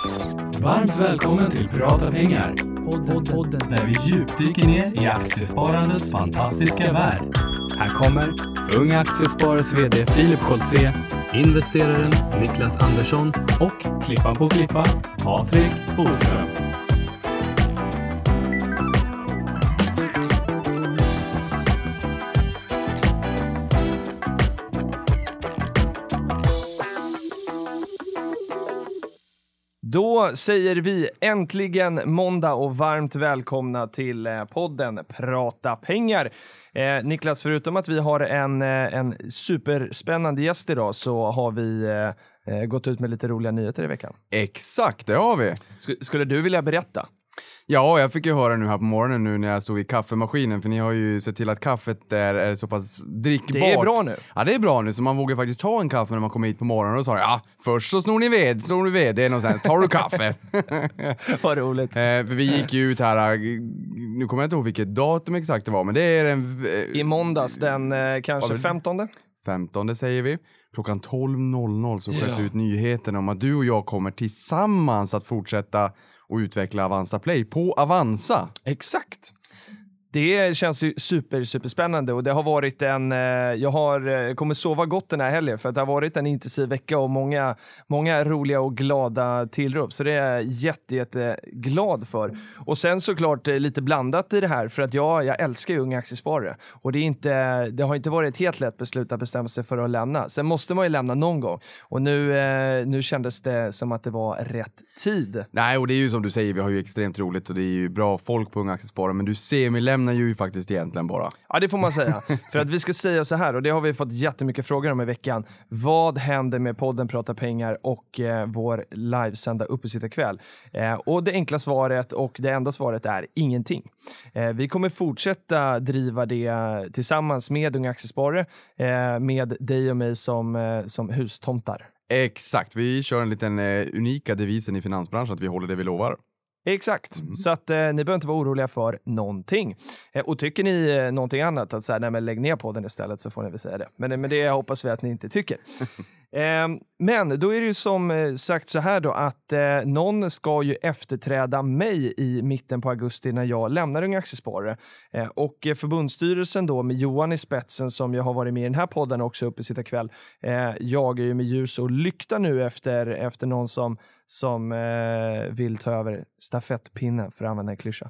Varmt välkommen till Prata pengar. Podden där vi djupdyker ner i aktiesparandets fantastiska värld. Här kommer Unga Aktiesparares vd Filip Scholtze, investeraren Niklas Andersson och klippan på klippan Patrik Boström. Då säger vi äntligen måndag och varmt välkomna till podden Prata pengar. Niklas, förutom att vi har en superspännande gäst idag så har vi gått ut med lite roliga nyheter i veckan. Exakt, det har vi. Skulle du vilja berätta? Ja, jag fick ju höra nu här på morgonen nu när jag stod i kaffemaskinen, för ni har ju sett till att kaffet är så pass drickbart. Det är bra nu. Ja, det är bra nu, så man vågar faktiskt ta en kaffe när man kommer hit på morgonen och sa först så snor du ved, det är något sen tar du kaffe. Vad roligt. För vi gick ju ut här, nu kommer jag inte ihåg vilket datum exakt det var, men det är i måndags, den kanske 15? 15 säger vi. Klockan 12.00 så sköt ut nyheten om att du och jag kommer tillsammans att fortsätta och utveckla Avanza Play på Avanza. Exakt. Det känns ju superspännande och det har varit jag kommer sova gott den här helgen för att det har varit en intensiv vecka och många roliga och glada tillrop, så det är jag jätteglad för. Och sen såklart lite blandat i det här, för att jag älskar ju unga aktiesparare och det har inte varit ett helt lätt beslut att bestämma sig för att lämna. Sen måste man ju lämna någon gång och nu kändes det som att det var rätt tid. Nej, och det är ju som du säger, vi har ju extremt roligt och det är ju bra folk på unga aktiesparare, men du ser mig lämnar ju faktiskt egentligen bara. Ja, det får man säga. För att vi ska säga så här, och det har vi fått jättemycket frågor om i veckan. Vad händer med podden Prata pengar och vår livesända uppesittarkväll? Och det enkla svaret och det enda svaret är ingenting. Vi kommer fortsätta driva det tillsammans med unga aktiesparare, med dig och mig som hustomtar. Exakt, vi kör en liten unika devisen i finansbranschen att vi håller det vi lovar. Exakt, så att ni behöver inte vara oroliga för någonting. Och tycker ni någonting annat, att säga, nej men lägg ner på den istället, så får ni väl säga det. Men det hoppas vi att ni inte tycker. Men då är det ju som sagt så här då att någon ska ju efterträda mig i mitten på augusti när jag lämnar Unga Aktiesparare. Och förbundsstyrelsen då med Johan i spetsen, som jag har varit med i den här podden också uppe sitta kväll, jagar ju med ljus och lykta nu efter någon som vill ta över stafettpinnen, för att använda en klyscha.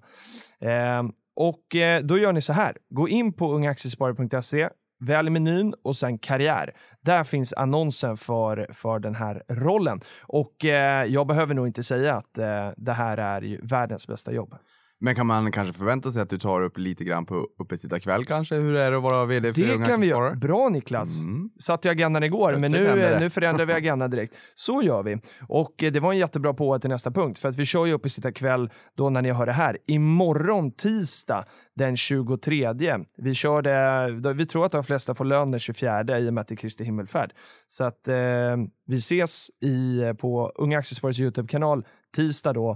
Och då gör ni så här. Gå in på ungaaktiesparare.se, välj menyn och sen karriär. Där finns annonsen för den här rollen. Och jag behöver nog inte säga att det här är ju världens bästa jobb. Men kan man kanske förvänta sig att du tar upp lite grann på uppesittarkväll kanske? Hur är det att vara vd för Det kan vi göra. Bra Niklas. Satt jag agendan igår, men nu förändrar vi agendan direkt. Så gör vi. Och det var en jättebra på till nästa punkt. För att vi kör ju uppesittarkväll då när ni hör det här. Imorgon tisdag den 23. Vi tror att de flesta får lön den 24 i och med att det är Kristi himmelfärd. Så att vi ses på Unga Aktiesparars YouTube-kanal tisdag då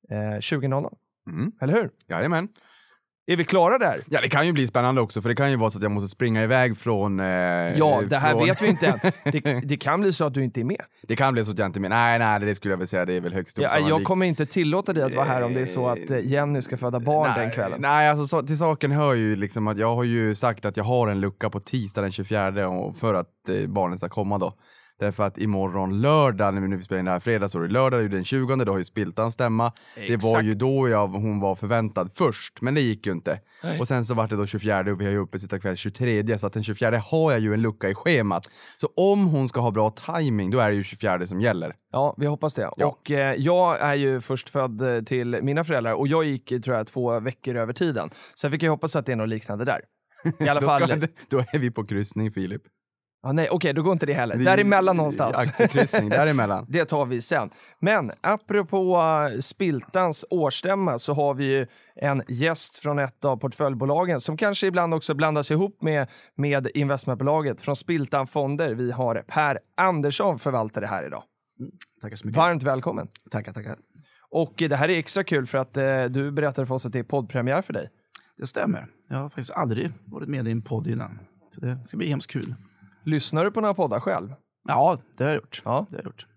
20.00. Eller hur? Jajamän. Är vi klara där? Ja, det kan ju bli spännande också, för det kan ju vara så att jag måste springa iväg från... det här vet vi inte än. Det kan bli så att du inte är med. Det kan bli så att jag inte är med. Nej, det skulle jag väl säga, det är väl högst osannolikt. Jag kommer inte tillåta dig att vara här om det är så att Jenny ska föda barn den kvällen. Nej, alltså till saken hör ju liksom att jag har ju sagt att jag har en lucka på tisdag den 24 och för att barnen ska komma då. Därför att imorgon lördag, när vi spelar in det här fredag, så är det lördag, den 20, då har ju Spiltan stämma. Exakt. Det var ju då hon var förväntad först, men det gick ju inte. Nej. Och sen så var det då 24 och vi har ju uppe sitta kväll 23, så att den 24 har jag ju en lucka i schemat. Så om hon ska ha bra timing, då är det ju 24 som gäller. Ja, vi hoppas det. Ja. Och jag är ju förstfödd till mina föräldrar och jag gick, tror jag, 2 veckor över tiden. Så jag fick ju hoppas att det är något liknande där. I alla fall. Då är vi på kryssning, Filip. Nej, okej, då går inte det heller. Däremellan någonstans. Aktiekryssning, däremellan. Det tar vi sen. Men apropå Spiltans årsstämma så har vi ju en gäst från ett av portföljbolagen som kanske ibland också blandas ihop med investmentbolaget från Spiltan Fonder. Vi har Per Andersson, förvaltare, här idag. Tackar så mycket. Varmt välkommen. Tackar. Och det här är extra kul för att du berättade för oss att det är poddpremiär för dig. Det stämmer. Jag har faktiskt aldrig varit med i en podd innan. Så det ska bli hemskt kul. Lyssnar du på några poddar själv? Ja, det har jag gjort. Ja. Det har jag gjort.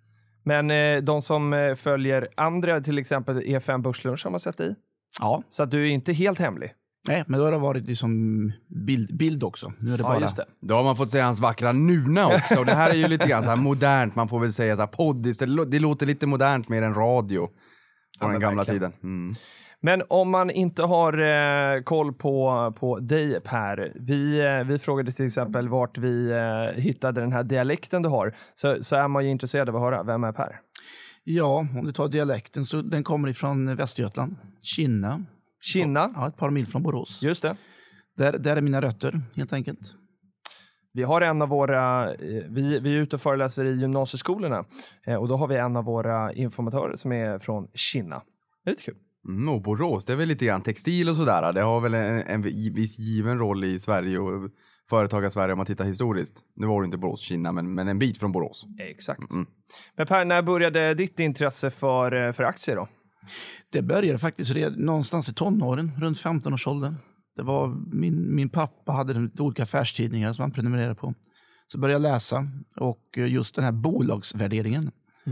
Men de som följer andra, till exempel E5 Börslunch har man sett i. Ja. Så att du är inte helt hemlig. Nej, men då har det varit liksom bild också. Nu är det bara... just det. Då har man fått säga hans vackra nuna också. Och det här är ju lite grann så här modernt. Man får väl säga så här poddis. Det låter lite modernt mer än radio på den gamla verkligen. tiden. Mm. Men om man inte har koll på dig, Per. Vi frågade till exempel vart vi hittade den här dialekten du har. Så är man ju intresserad av att höra. Vem är Per? Ja, om du tar dialekten så den kommer ifrån Västergötland. Kinna. Ja, ett par mil från Borås. Just det. Där är mina rötter, helt enkelt. Vi har en av våra, vi är ute och föreläser i gymnasieskolorna. Och då har vi en av våra informatörer som är från Kinna. Det är lite kul. Och Borås, det är väl lite grann textil och sådär. Det har väl en viss given roll i Sverige och företagarsverige om man tittar historiskt. Nu var det inte Borås, Kinna, men en bit från Borås. Exakt. Men Per, när började ditt intresse för aktier då? Det började faktiskt någonstans i tonåren, runt 15-årsåldern. Det var min pappa hade olika affärstidningar som han prenumererade på. Så började jag läsa och just den här bolagsvärderingen.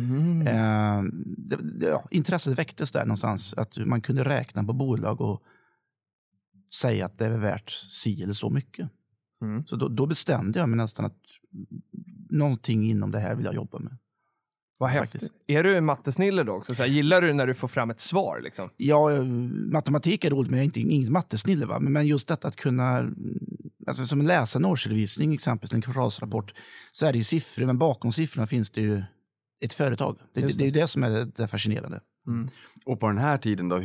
Intresset väcktes där någonstans. Att man kunde räkna på bolag och säga att det är värt si eller så mycket. Så då bestämde jag mig nästan att någonting inom det här vill jag jobba med. Vad häftigt. Är du en mattesnille då också? Så här, gillar du när du får fram ett svar? Liksom? Ja, matematik är roligt, men jag är inte ingen mattesnille. Va? Men just detta att kunna, alltså som läsa en årsredovisning, exempelvis en kvartalsrapport, så är det ju siffror, men bakom siffrorna finns det ju ett företag. Det är ju det som är det fascinerande. Och på den här tiden då,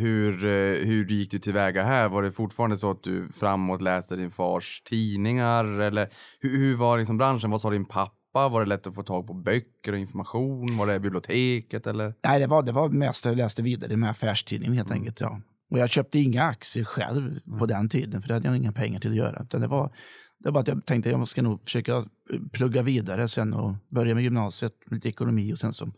hur gick du tillväga här? Var det fortfarande så att du framåt läste din fars tidningar? Eller hur var liksom branschen? Vad sa din pappa? Var det lätt att få tag på böcker och information? Var det biblioteket eller? Nej, det var mest jag läste vidare med affärstidningen helt enkelt. Ja. Och jag köpte inga aktier själv på den tiden, för det hade jag inga pengar till att göra. Utan det var bara att jag tänkte att jag ska nog försöka plugga vidare sen och börja med gymnasiet, lite ekonomi och sen så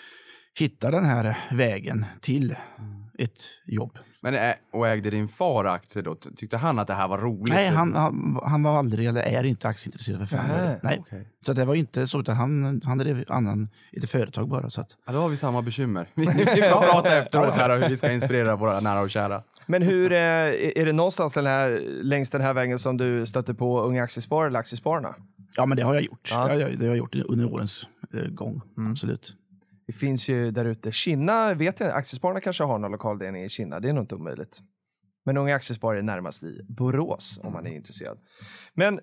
hitta den här vägen till ett jobb. Men och ägde din far aktier då? Tyckte han att det här var roligt? Nej, han var aldrig eller är inte aktieintresserad för 5 år. Nej. Okay. Så det var inte så, utan han hade ett företag bara. Så att... Ja, då har vi samma bekymmer. Vi ska prata efteråt här och hur vi ska inspirera våra nära och kära. Men hur är det någonstans längs den här vägen som du stötte på Unga Aktiesparare eller Aktiespararna? Ja, men det har jag gjort. Ja. Det har jag gjort under årens gång, absolut. Det finns ju där ute. Kinna vet jag, Aktiespararna kanske har någon lokaldelning i Kinna. Det är nog inte omöjligt. Men Unga Aktiesparare är närmast i Borås om man är intresserad. Men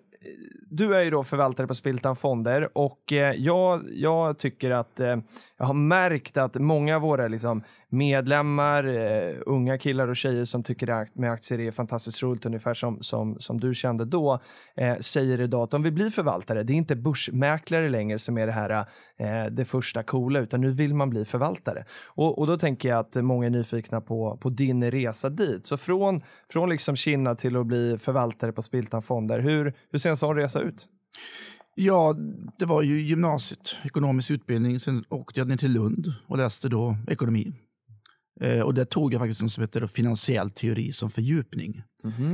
du är ju då förvaltare på Spiltan Fonder och jag tycker att jag har märkt att många av våra liksom, medlemmar, unga killar och tjejer som tycker att med aktier är fantastiskt roligt, ungefär som du kände då, säger idag att om vi blir förvaltare, det är inte börsmäklare längre som är det här det första coola, utan nu vill man bli förvaltare. Och då tänker jag att många är nyfikna på din resa dit. Så från liksom Kinna till att bli förvaltare på Spiltan Fonder, hur ser en sån resa ut? Ja, det var ju gymnasiet, ekonomisk utbildning. Sen åkte jag ner till Lund och läste då ekonomi. Och där tog jag faktiskt något som heter finansiell teori som fördjupning.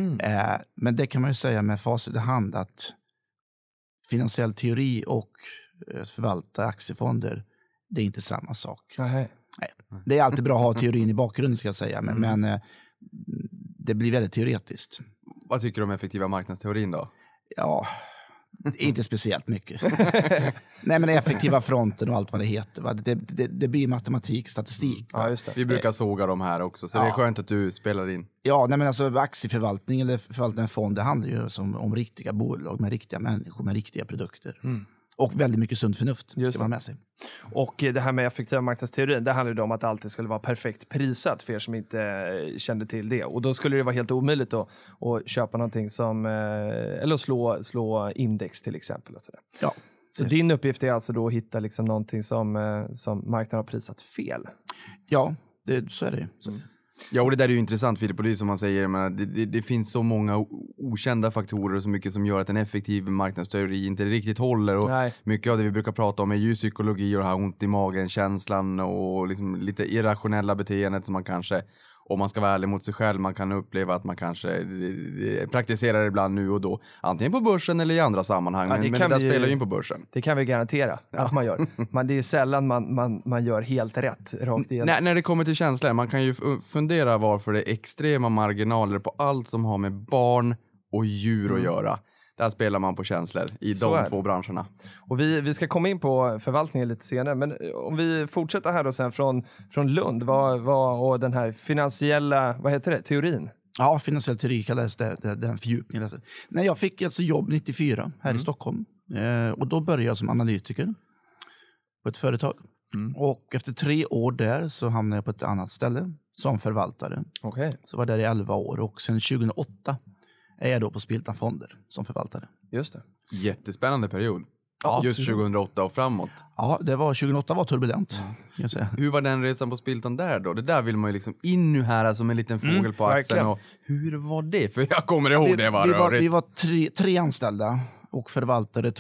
Men det kan man ju säga med facit i hand att finansiell teori och förvalta aktiefonder, det är inte samma sak. Nej. Det är alltid bra att ha teorin i bakgrunden, ska jag säga, men det blir väldigt teoretiskt. Vad tycker du om effektiva marknadsteorin då? Ja, inte speciellt mycket. Nej, men effektiva fronten och allt vad det heter. Va? Det blir matematik, statistik. Ja, just det. Vi brukar såga de här också, så det är skönt att du spelar in. Ja, nej, men alltså aktieförvaltning eller förvaltning av fond, det handlar ju om riktiga bolag med riktiga människor med riktiga produkter. Och väldigt mycket sunt förnuft ska man med sig. Och det här med effektiva marknadsteorin, det handlar ju om att det alltid skulle vara perfekt prisat för er som inte kände till det. Och då skulle det vara helt omöjligt att köpa någonting som, eller slå index till exempel. Och sådär. Ja. Så din uppgift är alltså då att hitta liksom någonting som marknaden har prisat fel? Ja, så är det. Ja, och det där är ju intressant, Filip, och det är som man säger, men det finns så många okända faktorer och så mycket som gör att en effektiv marknadsteori inte riktigt håller. Och mycket av det vi brukar prata om är ju psykologi och det här ont i magen, känslan och liksom lite irrationella beteendet som man kanske om man ska vara ärlig mot sig själv, man kan uppleva att man kanske praktiserar ibland nu och då. Antingen på börsen eller i andra sammanhang. Men det där spelar ju in på börsen. Det kan vi garantera att man gör. Men det är sällan man gör helt rätt rakt igenom. När det kommer till känslor, man kan ju fundera varför det är extrema marginaler på allt som har med barn och djur att göra. Där spelar man på känslor i de två branscherna. Och vi ska komma in på förvaltningen lite senare. Men om vi fortsätter här då sen från Lund. Och den här finansiella, vad heter det, teorin? Ja, finansiell teori kallades den fördjupningen. Nej, jag fick alltså jobb 94 här i Stockholm. Och då började jag som analytiker på ett företag. Och efter 3 år där så hamnade jag på ett annat ställe som förvaltare. Okay. Så var där i 11 år och sen 2008 är jag då på Spiltan Fonder som förvaltare. Just det. Jättespännande period. Ja, just 2008 och framåt. Ja, 2008 var turbulent. Jag säga. Hur var den resan på Spiltan där då? Det där vill man ju liksom in nu här som en liten fågel på axeln. Och hur var det? För jag kommer ihåg det var rörigt. Vi var tre anställda och förvaltade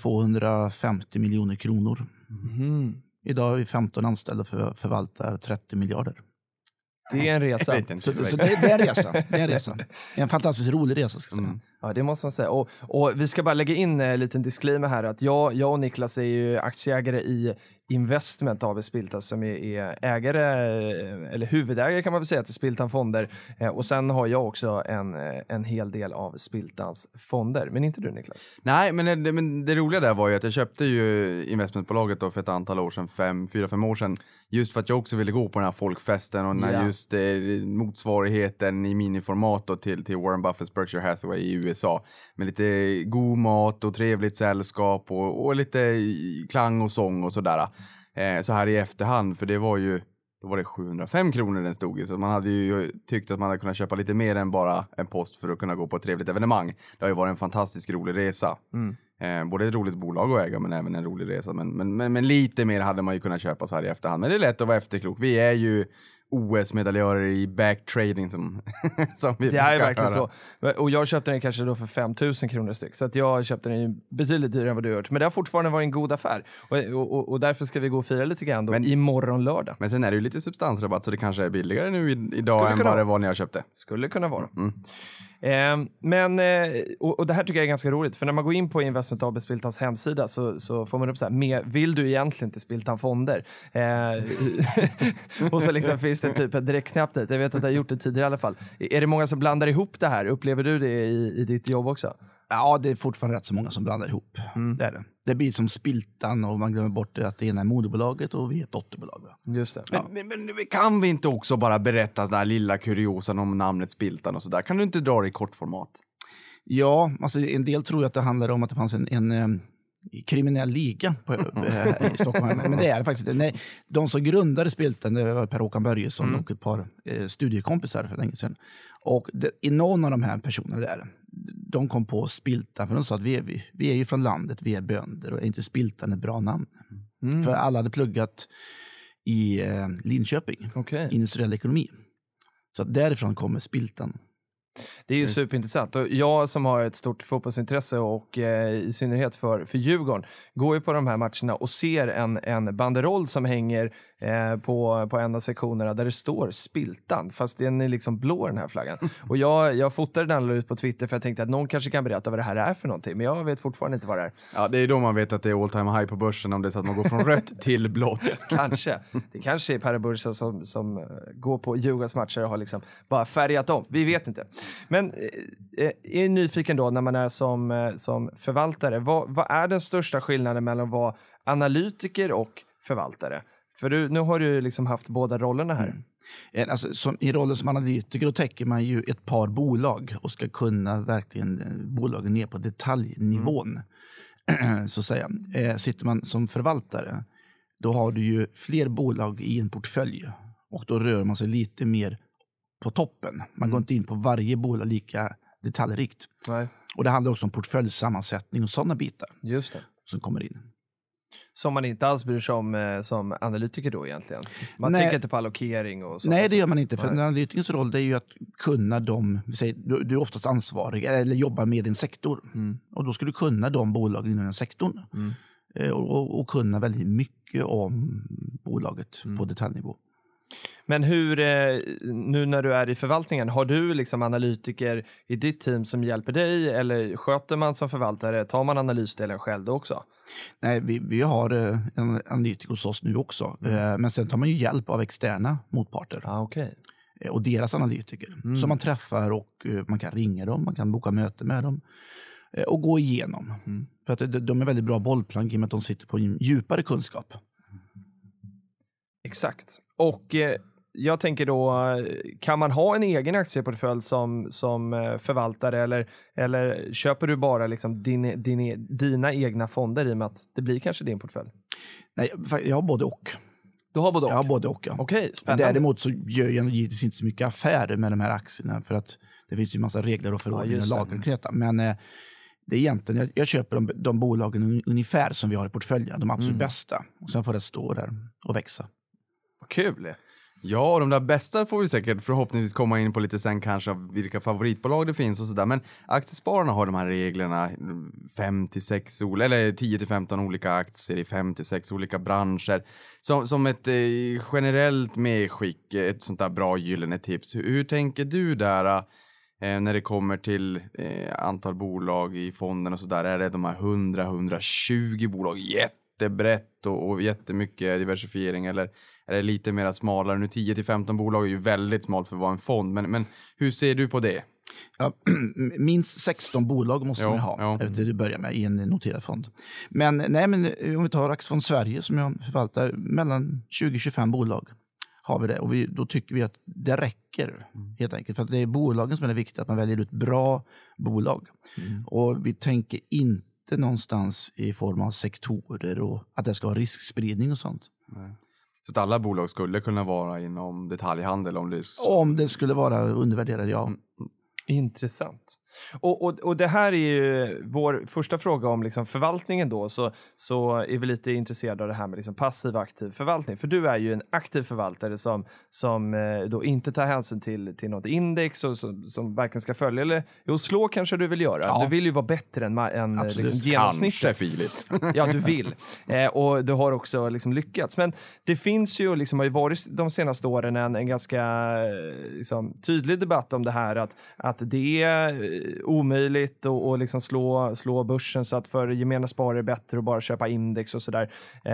250 miljoner kronor. Idag är vi 15 anställda och förvaltar 30 miljarder. Det är en resa. Så det är en resa. Det är en resa. En fantastiskt rolig resa, ska jag säga. Ja, det måste man säga. Och vi ska bara lägga in en liten disclaimer här att jag och Niklas är ju aktieägare i Investment AB Spiltan som är ägare, eller huvudägare kan man väl säga, till Spiltan Fonder. Och sen har jag också en hel del av Spiltans fonder. Men inte du, Niklas? Nej, men det roliga där var ju att jag köpte ju investmentbolaget då för ett antal år sedan, 4-5 år sedan. Just för att jag också ville gå på den här folkfesten och när just motsvarigheten i miniformat då till Warren Buffetts Berkshire Hathaway i USA. Med lite god mat och trevligt sällskap och lite klang och sång och sådär. Så här i efterhand, för det var ju, då var det 705 kronor den stod i. Så man hade ju tyckt att man hade kunnat köpa lite mer än bara en post för att kunna gå på ett trevligt evenemang. Det har ju varit en fantastisk rolig resa. Både ett roligt bolag att äga men även en rolig resa. Men lite mer hade man ju kunnat köpa så här i efterhand. Men det är lätt att vara efterklok. Vi är ju OS-medaljörer i backtrading som vi det är ju verkligen så. Och jag köpte den kanske då för 5 000 kronor styck. Så att jag köpte den ju betydligt dyrare än vad du har gjort. Men det har fortfarande varit en god affär. Och därför ska vi gå och fira lite grann då imorgon lördag. Men sen är det ju lite substansrabatt så det kanske är billigare nu idag än vad det var när jag köpte. Skulle kunna vara. Men och det här tycker jag är ganska roligt. För när man går in på Investment AB Spiltans hemsida så får man upp så här, vill du egentligen till Spiltan Fonder? Och så liksom finns det typ en direktknapp dit. Jag vet att jag har gjort det tidigare i alla fall. Är det många som blandar ihop det här? Upplever du det i ditt jobb också? Ja, det är fortfarande rätt så många som blandar ihop. Det är det. Det blir som Spiltan och man glömmer bort att det ena är moderbolaget och vi är ett dotterbolag. Just det. Men kan vi inte också bara berätta den här lilla kuriosan om namnet Spiltan och sådär? Kan du inte dra det i kortformat? Ja, alltså en del tror att det handlar om att det fanns en kriminell liga i Stockholm. Men det är det faktiskt inte. Nej, de som grundade Spiltan, det var Per-Håkan Börjesson och ett par studiekompisar för länge sedan. Och i någon av de här personerna där, de kom på Spiltan för de sa att vi är ju från landet, vi är bönder och är inte Spiltan ett bra namn? För alla hade pluggat i Linköping, industriell ekonomi. Så att därifrån kommer Spiltan. Det är ju superintressant. Och jag som har ett stort fotbollsintresse och i synnerhet för Djurgården går ju på de här matcherna och ser en banderoll som hänger på en av sektionerna där det står Spiltan, fast den är liksom blå, den här flaggan. Och jag fotade den ut på Twitter för jag tänkte att någon kanske kan berätta vad det här är för någonting, men jag vet fortfarande inte vad det är. Ja, det är då man vet att det är all time high på börsen, om det är så att man går från rött till blått. Kanske. Det kanske är Per Börjesson som går på Djurgårdens matcher och har liksom bara färgat om. Vi vet inte. Men är nyfiken då när man är som förvaltare. Vad är den största skillnaden mellan att vara analytiker och förvaltare? För nu har du liksom haft båda rollerna här. Alltså, i rollen som analytiker då täcker man ju ett par bolag och ska kunna verkligen bolagen ner på detaljnivån. Så att säga. Sitter man som förvaltare, då har du ju fler bolag i en portfölj och då rör man sig lite mer på toppen. Man går inte in på varje bolag lika detaljrikt. Nej. Och det handlar också om portföljsammansättning och sådana bitar. Just det. Som kommer in. Som man inte alls bryr sig om som analytiker då egentligen. Man tänker inte på allokering och så. Nej, det gör man inte. För analytikers roll det är ju att kunna du är oftast ansvarig eller jobbar med din sektor. Och då ska du kunna de bolagen inom den sektorn. Och kunna väldigt mycket om bolaget på detaljnivå. Men hur, nu när du är i förvaltningen, har du liksom analytiker i ditt team som hjälper dig eller sköter man som förvaltare, tar man analysdelen själv då också? Nej, vi har en analytiker hos oss nu också. Men sen tar man ju hjälp av externa motparter. Okay. Och deras analytiker som man träffar och man kan ringa dem, man kan boka möte med dem och gå igenom. För att de är väldigt bra bollplank i och med att de sitter på en djupare kunskap. Exakt. Och jag tänker då, kan man ha en egen aktieportfölj som förvaltare eller köper du bara liksom dina egna fonder i och med att det blir kanske din portfölj? Nej, jag har både och. Du har både och? Jag har både och, ja. Okej, spännande. Däremot så gör jag givetvis inte så mycket affärer med de här aktierna för att det finns ju massa regler och förordningar och lagar kring detta. Men det är egentligen, jag köper de bolagen ungefär som vi har i portföljen, de absolut bästa. Och sen får det stå där och växa. Kul! Ja, och de där bästa får vi säkert förhoppningsvis komma in på lite sen kanske av vilka favoritbolag det finns och sådär. Men aktiespararna har de här reglerna 5-6 eller 10-15 olika aktier i 5-6 olika branscher. Som ett generellt medskick, ett sånt där bra gyllene tips. Hur tänker du där när det kommer till antal bolag i fonden och sådär? Är det de här 100-120 bolag jättebrett och jättemycket diversifiering, eller är det lite mer smalare? Nu 10-15 bolag är ju väldigt smalt för att vara en fond, men hur ser du på det? Ja, minst 16 bolag måste man ha efter du börjar med i en noterad fond. Men om vi tar Aktiefond Sverige som jag förvaltar, mellan 20-25 bolag har vi det. Och då tycker vi att det räcker helt enkelt. För att det är bolagen som är det viktiga, att man väljer ut bra bolag. Och vi tänker inte någonstans i form av sektorer och att det ska ha riskspridning och sånt. Nej. Så att alla bolag skulle kunna vara inom detaljhandel om det skulle vara undervärderade, ja. Intressant. Och det här är ju vår första fråga om liksom förvaltningen då, så är vi lite intresserade av det här med liksom passiv och aktiv förvaltning. För du är ju en aktiv förvaltare som då inte tar hänsyn till något index och som varken ska följa eller slå kanske du vill göra. Ja. Du vill ju vara bättre än liksom genomsnittet. Kanske, Filip. Ja, du vill. Och du har också liksom lyckats. Men det finns ju liksom, har ju varit de senaste åren en ganska liksom, tydlig debatt om det här att det är omöjligt och liksom slå börsen, så att för gemena sparare är bättre att bara köpa index och sådär.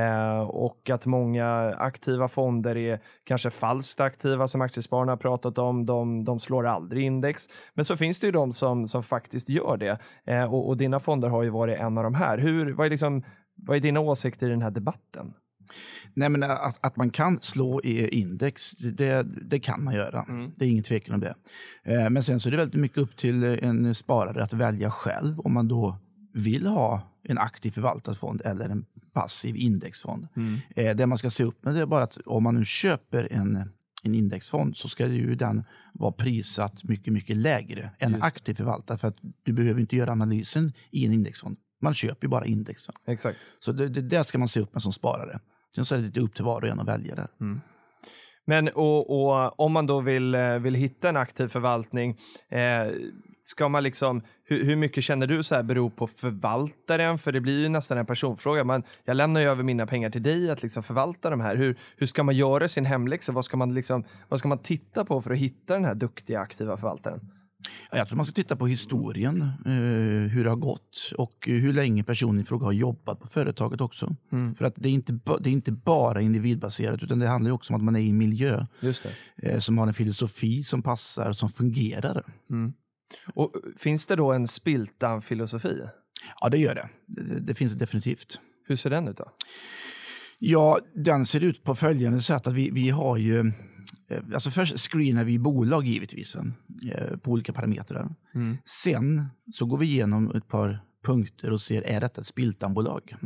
Och att många aktiva fonder är kanske falskt aktiva, som aktiespararna har pratat om. De slår aldrig index. Men så finns det ju de som faktiskt gör det. Och dina fonder har ju varit en av de här. Vad är dina åsikter i den här debatten? Nej, men att man kan slå i index, det kan man göra. Det är ingen tvekan om det. Men sen så är det väldigt mycket upp till en sparare att välja själv om man då vill ha en aktiv förvaltad fond eller en passiv indexfond. Det man ska se upp med det är bara att om man nu köper en indexfond så ska ju den vara prissatt mycket, mycket lägre än aktiv förvaltad, för att du behöver inte göra analysen i en indexfond. Man köper ju bara index. Exakt. Så det ska man se upp med som sparare. Sen så är det lite upp till var och en att välja det. Men och om man då vill hitta en aktiv förvaltning, ska man liksom, hur mycket känner du så här beror på förvaltaren? För det blir ju nästan en personfråga. Jag lämnar ju över mina pengar till dig att liksom förvalta de här. Hur ska man göra sin hemläxa? Vad ska man titta på för att hitta den här duktiga aktiva förvaltaren? Jag tror man ska titta på historien, hur det har gått och hur länge personen i fråga har jobbat på företaget också. För att det är inte bara individbaserat, utan det handlar ju också om att man är i en miljö som har en filosofi som passar, som fungerar. Och finns det då en Spiltan-filosofi? Ja, det gör det. Det finns det definitivt. Hur ser den ut då? Ja, den ser ut på följande sätt att vi har ju... Alltså först screenar vi bolag givetvis på olika parametrar. Sen så går vi igenom ett par punkter och ser, är detta ett Spiltan-bolag?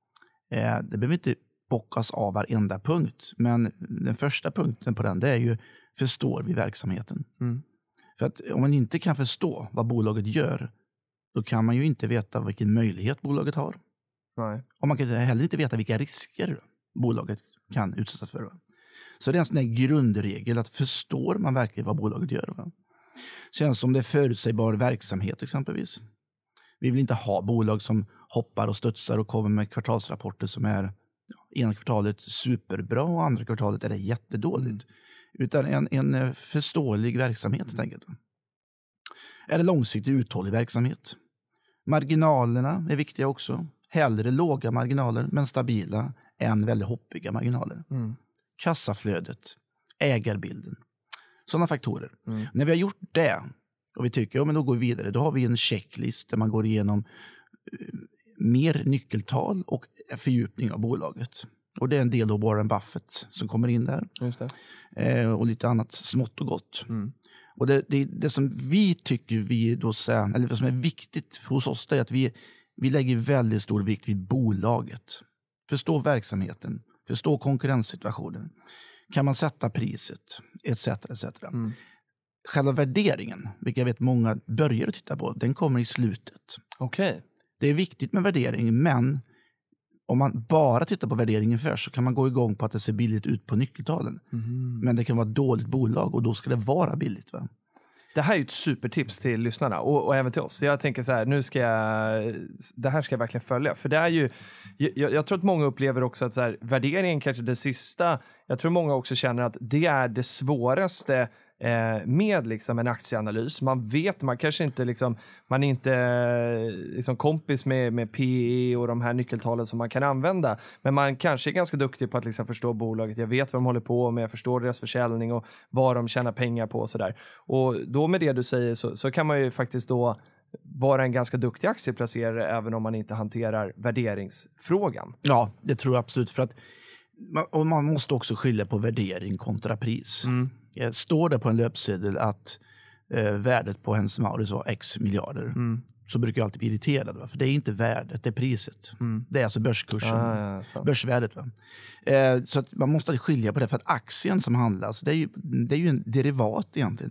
Det behöver inte bockas av varenda punkt, men den första punkten på den, det är ju, förstår vi verksamheten? För att om man inte kan förstå vad bolaget gör, då kan man ju inte veta vilken möjlighet bolaget har. Nej. Och man kan heller inte veta vilka risker bolaget kan utsättas för. Så det är en sån där grundregel, att förstår man verkligen vad bolaget gör. Känns som det är förutsägbar verksamhet exempelvis. Vi vill inte ha bolag som hoppar och studsar och kommer med kvartalsrapporter som är ena kvartalet superbra och andra kvartalet är det jättedåligt. utan en förståelig verksamhet helt enkelt. Är det långsiktigt uthållig verksamhet? Marginalerna är viktiga också. Hellre låga marginaler men stabila än väldigt hoppiga marginaler. Kassaflödet, ägarbilden. Sådana faktorer. När vi har gjort det och vi tycker men då går vi vidare, då har vi en checklist där man går igenom mer nyckeltal och fördjupning av bolaget. Och det är en del av Warren Buffett som kommer in där. Just det. Och lite annat smått och gott. Och det som vi tycker vi då säger, eller vad som är viktigt hos oss, det är att vi lägger väldigt stor vikt vid bolaget. Förstå verksamheten, förstå konkurrenssituationen. Kan man sätta priset, etc. Själva värderingen, vilket jag vet många börjar att titta på, den kommer i slutet. Okej. Det är viktigt med värdering, men om man bara tittar på värderingen först så kan man gå igång på att det ser billigt ut på nyckeltalen. Men det kan vara ett dåligt bolag och då ska det vara billigt, va? Det här är ju ett supertips till lyssnarna och även till oss. Jag tänker så här, det här ska jag verkligen följa. För det är ju, jag tror att många upplever också att så här, värderingen kanske det sista, jag tror många också känner att det är det svåraste med liksom en aktieanalys. Man vet, man kanske inte liksom, man är inte liksom kompis med PE och de här nyckeltalen som man kan använda, men man kanske är ganska duktig på att liksom förstå bolaget. Jag vet vad de håller på med, jag förstår deras försäljning och vad de tjänar pengar på och sådär. Och då med det du säger så kan man ju faktiskt då vara en ganska duktig aktieplacerare även om man inte hanterar värderingsfrågan. Ja, det tror jag absolut, för att man måste också skilja på värdering kontra pris. Står det på en löpsedel att värdet på Hennes & Mauritz var X miljarder, så brukar jag alltid bli irriterad. Va? För det är inte värdet, det är priset. Det är alltså börskursen, börsvärdet. Va? Så att man måste skilja på det, för att aktien som handlas, det är ju en derivat egentligen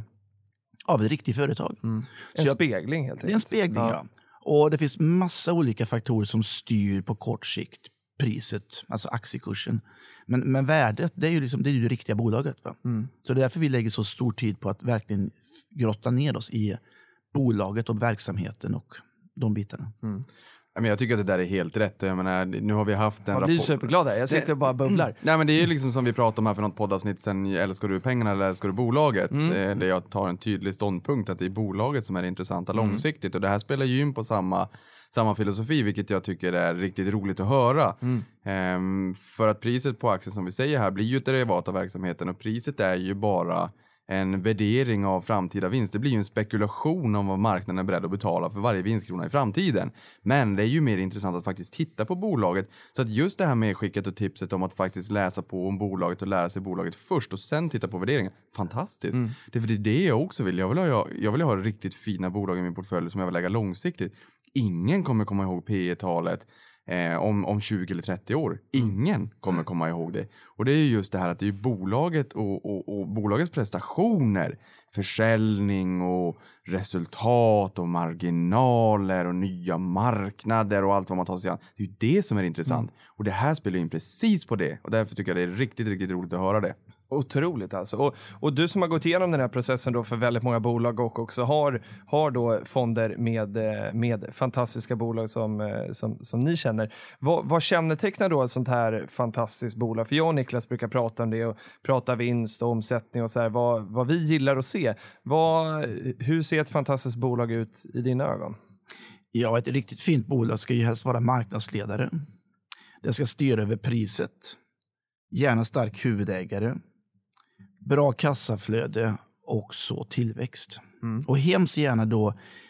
av ett riktigt företag. En spegling helt enkelt. Det är en spegling, ja. Och det finns massa olika faktorer som styr på kort sikt priset, alltså aktiekursen. Men värdet, det är ju liksom, det riktiga bolaget. Va? Så det är därför vi lägger så stor tid på att verkligen grotta ner oss i bolaget och verksamheten och de bitarna. Men jag tycker att det där är helt rätt. Jag menar, nu har vi haft en rapport. Jag blir superglad här. Jag sitter och bara bubblar. Nej, men det är ju liksom som vi pratade om här för något poddavsnitt sen, älskar du pengarna eller älskar du bolaget? Där jag tar en tydlig ståndpunkt att det är bolaget som är det intressanta långsiktigt. Och det här spelar ju in på samma filosofi, vilket jag tycker är riktigt roligt att höra. För att priset på aktien som vi säger här blir ju ett derivat av verksamheten, och priset är ju bara en värdering av framtida vinst. Det blir ju en spekulation om vad marknaden är beredd att betala för varje vinstkrona i framtiden. Men det är ju mer intressant att faktiskt titta på bolaget. Så att just det här med skicket och tipset om att faktiskt läsa på om bolaget och lära sig bolaget först och sen titta på värderingen. Fantastiskt. Det är för det jag också vill. Jag vill ha riktigt fina bolag i min portfölj som jag vill lägga långsiktigt. Ingen kommer komma ihåg P/E-talet om 20 eller 30 år. Ingen kommer komma ihåg det. Och det är just det här att det är bolaget och bolagets prestationer, försäljning och resultat och marginaler och nya marknader och allt vad man tar sig an. Det är ju det som är intressant. Och det här spelar in precis på det. Och därför tycker jag det är riktigt, riktigt roligt att höra det. Otroligt alltså. Och du som har gått igenom den här processen då för väldigt många bolag och också har då fonder med fantastiska bolag som ni känner. Vad kännetecknar då ett sånt här fantastiskt bolag? För jag och Niklas brukar prata om det och prata vinst och omsättning och så här. Vad vi gillar att se. Hur ser ett fantastiskt bolag ut i dina ögon? Ja, ett riktigt fint bolag ska ju helst vara marknadsledare. Det ska styra över priset. Gärna stark huvudägare. Bra kassaflöde och så tillväxt. Och hemskt gärna då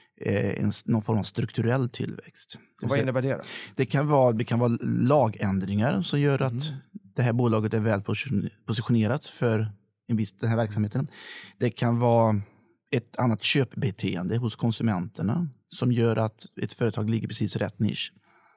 någon form av strukturell tillväxt. Vad innebär det då? Det kan vara lagändringar som gör att det här bolaget är väl positionerat för den här verksamheten. Det kan vara ett annat köpbeteende hos konsumenterna som gör att ett företag ligger precis i rätt nisch.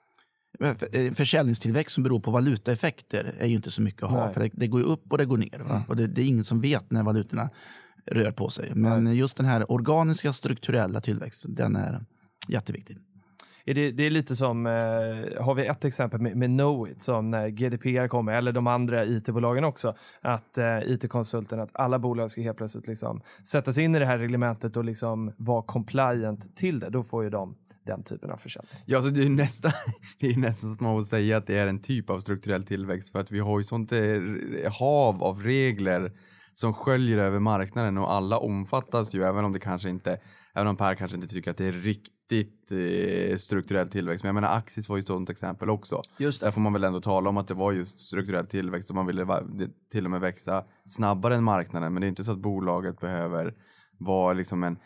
Försäljningstillväxt som beror på valutaeffekter är ju inte så mycket att ha. För det går ju upp och det går ner. Va? Och det är ingen som vet när valutorna rör på sig. Men just den här organiska strukturella tillväxten, den är jätteviktig. Det är lite som, har vi ett exempel med Knowit som när GDPR kommer, eller de andra IT-bolagen också, att IT-konsulten, att alla bolag ska helt plötsligt liksom sätta sig in i det här reglementet och liksom vara compliant till det. Då får ju de den typen av försäljning. Ja, så det är nästan att man måste säga att det är en typ av strukturell tillväxt, för att vi har ju sånt hav av regler som sköljer över marknaden och alla omfattas ju, även om Per kanske inte tycker att det är riktigt strukturell tillväxt. Men jag menar, Axis var ju ett sådant exempel också. Just det. Där får man väl ändå tala om att det var just strukturell tillväxt och man ville till och med växa snabbare än marknaden. Men det är inte så att bolaget behöver vara liksom en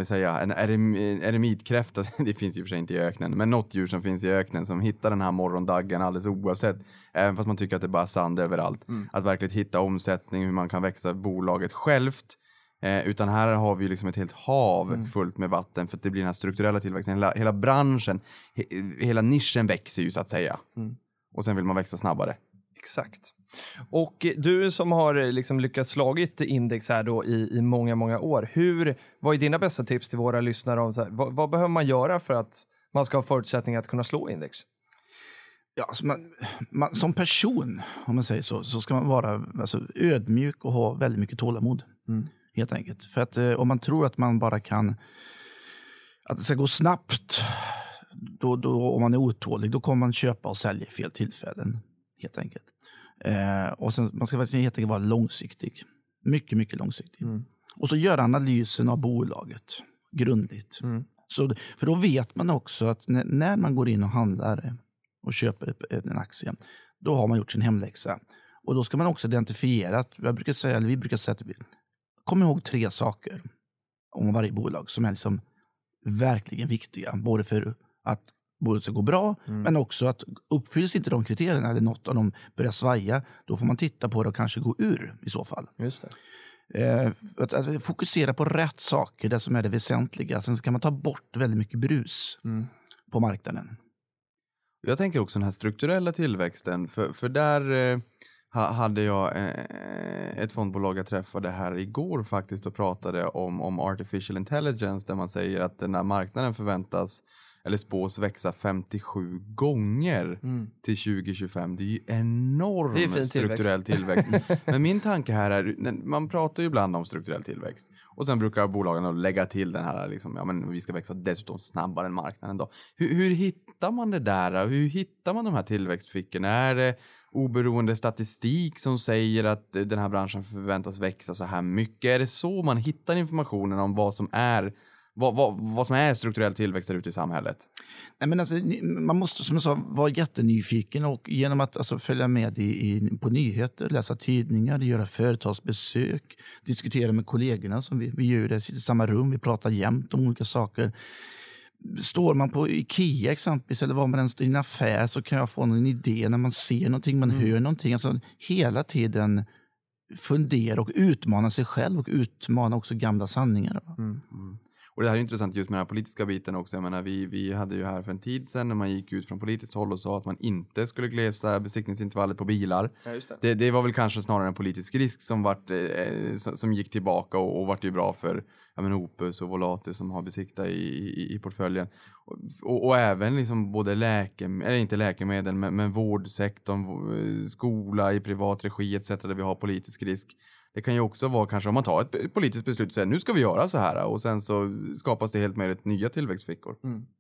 eremitkräfta. Det finns ju för sig inte i öknen, men något djur som finns i öknen som hittar den här morgondaggen alldeles oavsett, även fast man tycker att det är bara sand överallt. Att verkligen hitta omsättning, hur man kan växa bolaget självt. Utan här har vi liksom ett helt hav fullt med vatten, för att det blir den här strukturella tillväxten. Hela branschen, hela nischen växer ju så att säga. Och sen vill man växa snabbare. Exakt. Och du som har liksom lyckats slagit index här då i många, många år. Vad är dina bästa tips till våra lyssnare om så här, vad behöver man göra för att man ska ha förutsättningar att kunna slå index? Ja, alltså man, som person, om man säger så ska man vara ödmjuk och ha väldigt mycket tålamod. Helt enkelt. För att om man tror att man bara att det ska gå snabbt, då om man är otålig, då kommer man köpa och sälja i fel tillfällen. Helt enkelt. Och sen, man ska helt enkelt vara långsiktig. Mycket, mycket långsiktig. Och så göra analysen av bolaget grundligt. För då vet man också att när man går in och handlar och köper en aktie, då har man gjort sin hemläxa. Och då ska man också identifiera, vi brukar säga att kom ihåg 3 saker om varje bolag som är liksom verkligen viktiga. Både för att bolaget ska gå bra, men också att uppfylls inte de kriterierna eller något av dem börjar svaja, då får man titta på det och kanske gå ur i så fall. Just det. Att fokusera på rätt saker, det som är det väsentliga. Sen kan man ta bort väldigt mycket brus på marknaden. Jag tänker också den här strukturella tillväxten, för där hade jag ett fondbolag jag träffade här igår faktiskt och pratade om artificial intelligence, där man säger att den här marknaden förväntas eller spås växa 57 gånger till 2025. Det är ju enorm strukturell tillväxt. Men min tanke här är, man pratar ju ibland om strukturell tillväxt. Och sen brukar bolagen lägga till den här, liksom, men vi ska växa dessutom snabbare än marknaden då. Hur hittar man det där? Hur hittar man de här tillväxtfickorna? Är det oberoende statistik som säger att den här branschen förväntas växa så här mycket? Är det så man hittar informationen om vad som är strukturell tillväxt där ute i samhället? Nej, men alltså, man måste, som jag sa, vara jättenyfiken, och genom att följa med på nyheter, läsa tidningar, göra företagsbesök, diskutera med kollegorna som vi gör det i samma rum, vi pratar jämt om olika saker. Står man på Ikea exempelvis, eller var man ens i en affär, så kan jag få någon idé när man ser någonting, man hör någonting. Alltså hela tiden fundera och utmana sig själv och utmana också gamla sanningar. Och det här är intressant just med den här politiska biten också. Jag menar, vi hade ju här för en tid sedan när man gick ut från politiskt håll och sa att man inte skulle glesa besiktningsintervallet på bilar. Ja, just det. Det var väl kanske snarare en politisk risk som gick tillbaka och vart ju bra för Opus och Volati som har besiktat i portföljen. Och även liksom både inte läkemedel, men vårdsektorn, skola i privat regi etc. där vi har politisk risk. Det kan ju också vara kanske om man tar ett politiskt beslut och säger nu ska vi göra så här, och sen så skapas det helt med nya tillväxtfickor.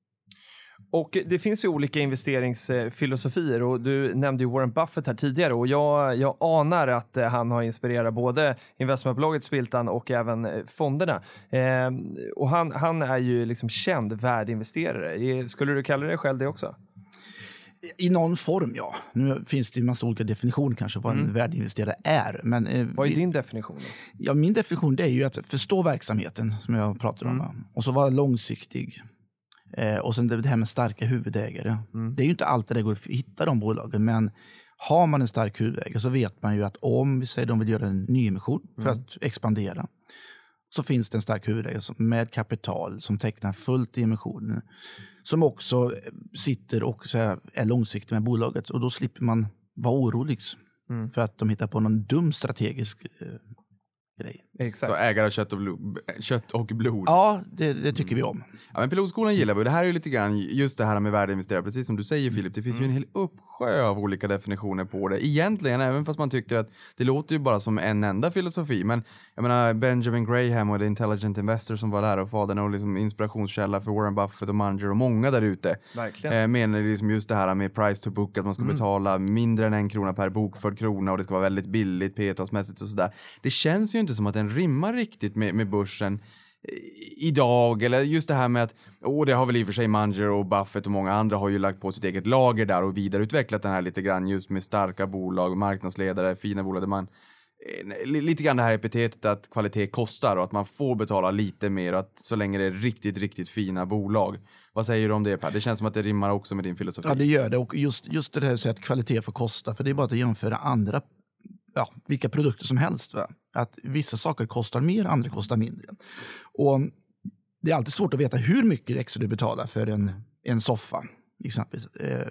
Och det finns ju olika investeringsfilosofier, och du nämnde ju Warren Buffett här tidigare, och jag anar att han har inspirerat både investmentbolaget Spiltan och även fonderna. Och han är ju liksom känd värdeinvesterare. Skulle du kalla dig själv det också? I någon form, ja. Nu finns det en massa olika definitioner kanske vad en värdeinvesterare är. Men, vad är din definition? Ja, min definition det är ju att förstå verksamheten som jag pratar om. Och så vara långsiktig. Och sen det här med starka huvudägare. Det är ju inte alltid det går att hitta de bolagen, men har man en stark huvudägare så vet man ju att om vi säger de vill göra en nyemission för att expandera, så finns det en stark huvudägare med kapital som tecknar fullt i emissionen, som också sitter och är långsiktig med bolaget, och då slipper man vara orolig för att de hittar på någon dum strategisk grej. Exakt. Så ägare av kött och blod. Ja, det tycker vi om. Ja, men pilotskolan gillar vi. Det här är ju lite grann just det här med värdeinvesterare. Precis som du säger Filip, det finns ju en hel uppsjö av olika definitioner på det. Egentligen, även fast man tycker att det låter ju bara som en enda filosofi. Men jag menar Benjamin Graham och The Intelligent Investor som var där och fadern och liksom inspirationskälla för Warren Buffett och Munger och många där ute. Verkligen. Menar liksom just det här med price to book, att man ska betala mindre än 1 krona per bokförd krona och det ska vara väldigt billigt p-talsmässigt och sådär. Det känns ju inte som att den rimmar riktigt med börsen idag, eller just det här med att det har väl i och för sig Munger och Buffett och många andra har ju lagt på sitt eget lager där och vidareutvecklat den här lite grann just med starka bolag, marknadsledare, fina bolag där man lite grann det här epitetet att kvalitet kostar och att man får betala lite mer och att så länge det är riktigt, riktigt fina bolag. Vad säger du om det, Per? Det känns som att det rimmar också med din filosofi. Ja, det gör det. Och just det här att kvalitet får kosta, för det är bara att jämföra andra, vilka produkter som helst. Va? Att vissa saker kostar mer, andra kostar mindre. Och det är alltid svårt att veta hur mycket extra du betalar för en soffa. Exempelvis.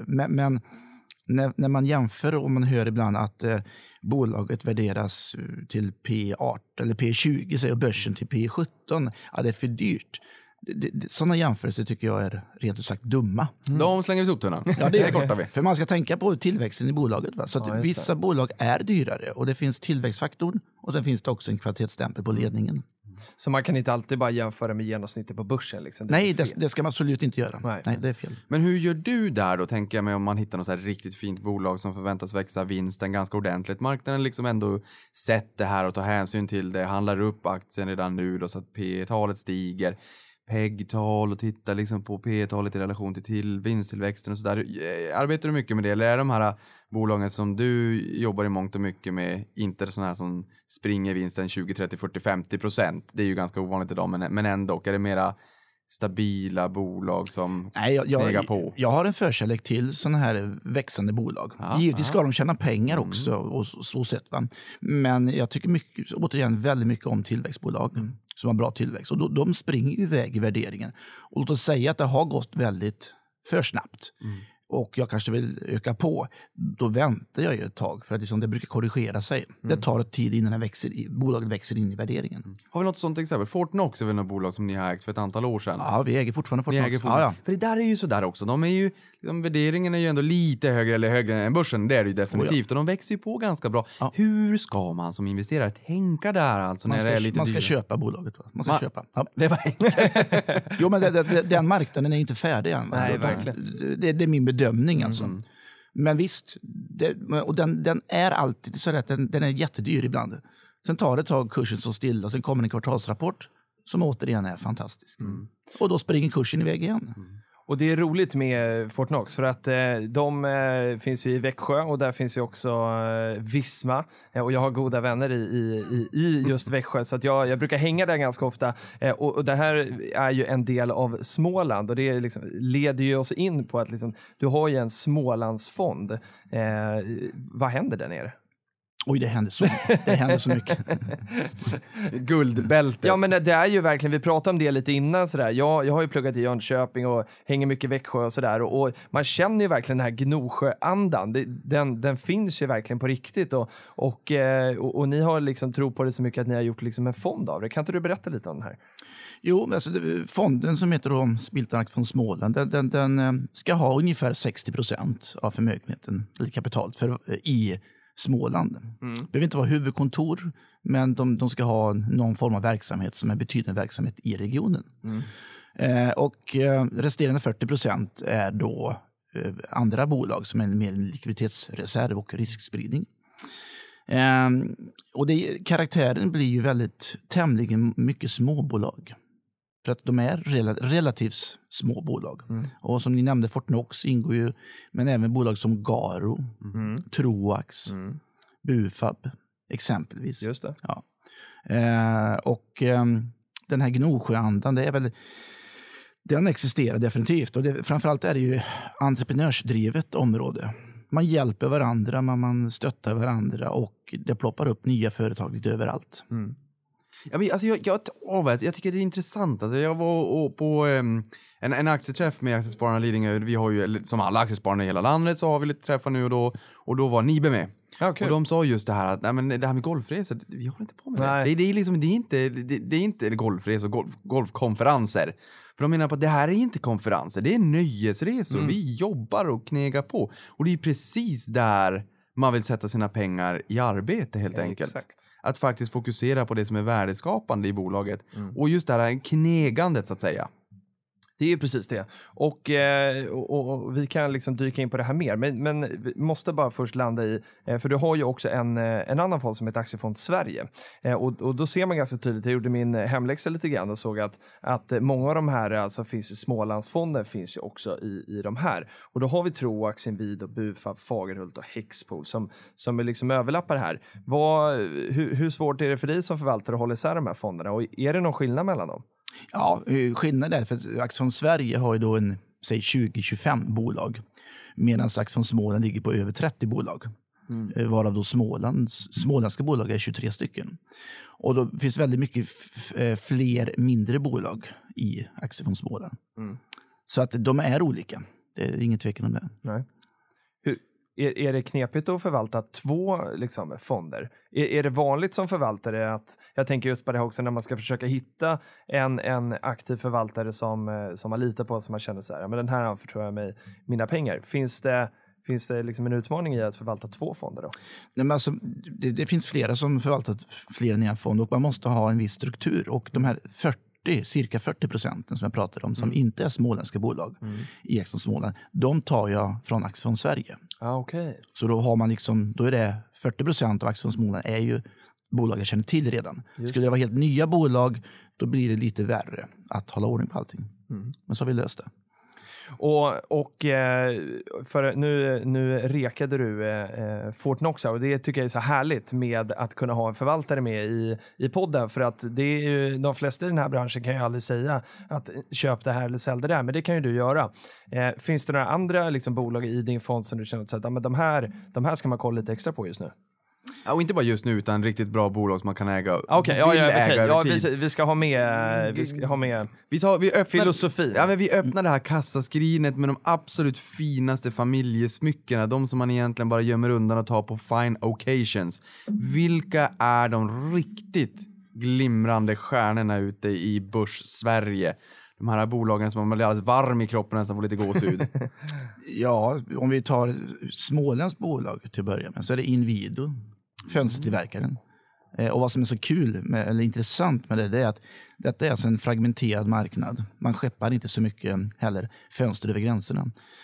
Men när man jämför och man hör ibland att bolaget värderas till P18 eller P20 säger börsen till P17, det är för dyrt. Sådana jämförelser tycker jag är rent ut sagt dumma. De slänger vi soptunnan. Ja, det kortar vi. För man ska tänka på tillväxten i bolaget. Va? Så att vissa bolag är dyrare och det finns tillväxtfaktorn och sen finns det också en kvalitetsstämpel på ledningen. Så man kan inte alltid bara jämföra med genomsnittet på börsen? Liksom. Nej, det ska man absolut inte göra. Nej, det är fel. Men hur gör du där då, tänker jag mig, om man hittar något så här riktigt fint bolag som förväntas växa vinsten ganska ordentligt. Marknaden liksom ändå sett det här och tar hänsyn till det, handlar upp aktien redan nu då, så att P-talet stiger. PEG-tal och titta liksom på P-talet i relation till vinsttillväxten och sådär. Arbetar du mycket med det? Eller är de här bolagen som du jobbar i mångt och mycket med inte sådana här som springer vinsten 20, 30, 40, 50%? Det är ju ganska ovanligt idag, men ändå. Är det mera stabila bolag som knegar på? Jag har en förkärlek till sådana här växande bolag. Givetvis ska de tjäna pengar också och så sätt. Va? Men jag tycker återigen väldigt mycket om tillväxtbolag som har bra tillväxt. Och de springer ju iväg i värderingen. Och låt oss säga att det har gått väldigt för snabbt. Och jag kanske vill öka på, då väntar jag ju ett tag för att liksom det brukar korrigera sig. Det tar ett tid innan bolaget växer in i värderingen. Har vi något sånt exempel? Fortnox är väl något bolag som ni har ägt för ett antal år sedan? Ja, vi äger fortfarande Fortnox. Ja. För det där är ju sådär också. Värderingen är ju ändå lite högre än börsen. Det är det ju definitivt. Och de växer ju på ganska bra. Ja. Hur ska man som investerare tänka där? Alltså, man ska köpa bolaget. Va? Man ska köpa. Ja. Det var enkelt. Jo, men den marknaden är inte färdig än. Nej, verkligen. Det är min bedömning alltså. Men visst, och den är alltid så att den är jättedyr ibland. Sen tar det ett tag, kursen så stilla, sen kommer en kvartalsrapport som återigen är fantastisk. Och då springer kursen iväg igen. Och det är roligt med Fortnox för att de finns ju i Växjö och där finns ju också Visma. Och jag har goda vänner i just Växjö så att jag brukar hänga där ganska ofta. Och det här är ju en del av Småland och det liksom leder ju oss in på att liksom, du har ju en Smålandsfond. Vad händer där nere? Oj, det händer så mycket. Guldbältet. Ja, men det är ju verkligen, vi pratade om det lite innan sådär. Jag har ju pluggat i Jönköping och hänger mycket i Växjö och sådär. Och man känner ju verkligen den här Gnosjö-andan. Den finns ju verkligen på riktigt. Och ni har liksom tro på det så mycket att ni har gjort liksom en fond av det. Kan inte du berätta lite om den här? Jo, alltså fonden som heter då Spiltanakt från Småland, den ska ha ungefär 60% av förmögenheten eller kapitalet i Småland. Det behöver inte vara huvudkontor, men de ska ha någon form av verksamhet som är betydande verksamhet i regionen. Och resterande 40% är då andra bolag som är mer likviditetsreserv och riskspridning. Och karaktären blir ju tämligen mycket småbolag. För att de är relativt små bolag. Och som ni nämnde, Fortnox ingår ju, men även bolag som Garo, Troax, Bufab exempelvis. Just det. Ja. Och den här Gnosjöandan, den existerar definitivt. Och framförallt är det ju entreprenörsdrivet område. Man hjälper varandra, man stöttar varandra och det ploppar upp nya företag lite överallt. Jag tycker det är intressant. Alltså, jag var på en aktieträff med Aktiespararna Lidingö. Vi har ju, som alla aktiesparare i hela landet, så har vi lite träffar nu och då var Nibe med. Okay. Och de sa just det här att nej, men det här med golfresor, vi håller inte på med Nej. det. Det är inte golfresor och golfkonferenser. För de menar på att det här är inte konferenser, det är nöjesresor. Vi jobbar och knegar på. Och det är precis där man vill sätta sina pengar i arbete helt enkelt. Exakt. Att faktiskt fokusera på det som är värdeskapande i bolaget. Och just det här knegandet så att säga. Det är precis det. Och vi kan liksom dyka in på det här mer. Men vi måste bara först landa i, för du har ju också en annan fond som heter Aktiefond Sverige. Och då ser man ganska tydligt, jag gjorde min hemläxa lite grann och såg att många av de här alltså finns i Smålandsfonden, finns ju också i de här. Och då har vi Troax, Inwido, Bufab, Fagerhult och Hexpool som är liksom överlappar här. Hur svårt är det för dig som förvaltare att hålla isär de här fonderna? Och är det någon skillnad mellan dem? Ja, skillnaden är för att Aktiefond Sverige har ju då säg 20-25 bolag. Medan Aktiefond Småland ligger på över 30 bolag. Varav då småländska bolag är 23 stycken. Och då finns väldigt mycket fler mindre bolag i Aktiefond Småland. Så att de är olika. Det är ingen tvekan om det. Nej. Är det knepigt att förvalta 2 liksom, fonder? Är det vanligt som förvaltare att, jag tänker just på det också när man ska försöka hitta en aktiv förvaltare som man litar på, som man känner så här, ja, men den här anförtror jag mig mina pengar. Finns det liksom en utmaning i att förvalta 2 fonder då? Nej, men alltså, det finns flera som förvaltar fler än en fond och man måste ha en viss struktur. Och de här cirka 40% som jag pratade om som inte är småländska bolag i Aktiefond Småland, de tar jag från Aktiefond Sverige. Okay. Så då har man liksom, då är det 40% av Aktiefond Småland är ju bolag jag känner till redan. Skulle det vara helt nya bolag, då blir det lite värre att hålla ordning på allting. Men så har vi löst det. Och för nu rekade du Fortnox och det tycker jag är så härligt med att kunna ha en förvaltare med i podden, för att det är ju, de flesta i den här branschen kan ju aldrig säga att köp det här eller sälj det där, men det kan ju du göra. Finns det några andra liksom, bolag i din fond som du känner att ja, men de här ska man kolla lite extra på just nu? Ja, och inte bara just nu utan riktigt bra bolag som man kan äga. Vi ska ha med vi öppnar, filosofin. Ja, men vi öppnar det här kassaskrinet med de absolut finaste familjesmyckena, de som man egentligen bara gömmer undan och tar på fine occasions. Vilka är de riktigt glimrande stjärnorna ute i börs-Sverige? De här bolagen som man blir alldeles varm i kroppen nästan får lite gåshud. Ja, om vi tar Smålands bolag till att börja med så är det Inwido, fönstertillverkaren. Och vad som är så kul eller intressant med det är att detta är alltså en fragmenterad marknad. Man skeppar inte så mycket heller fönster över gränserna.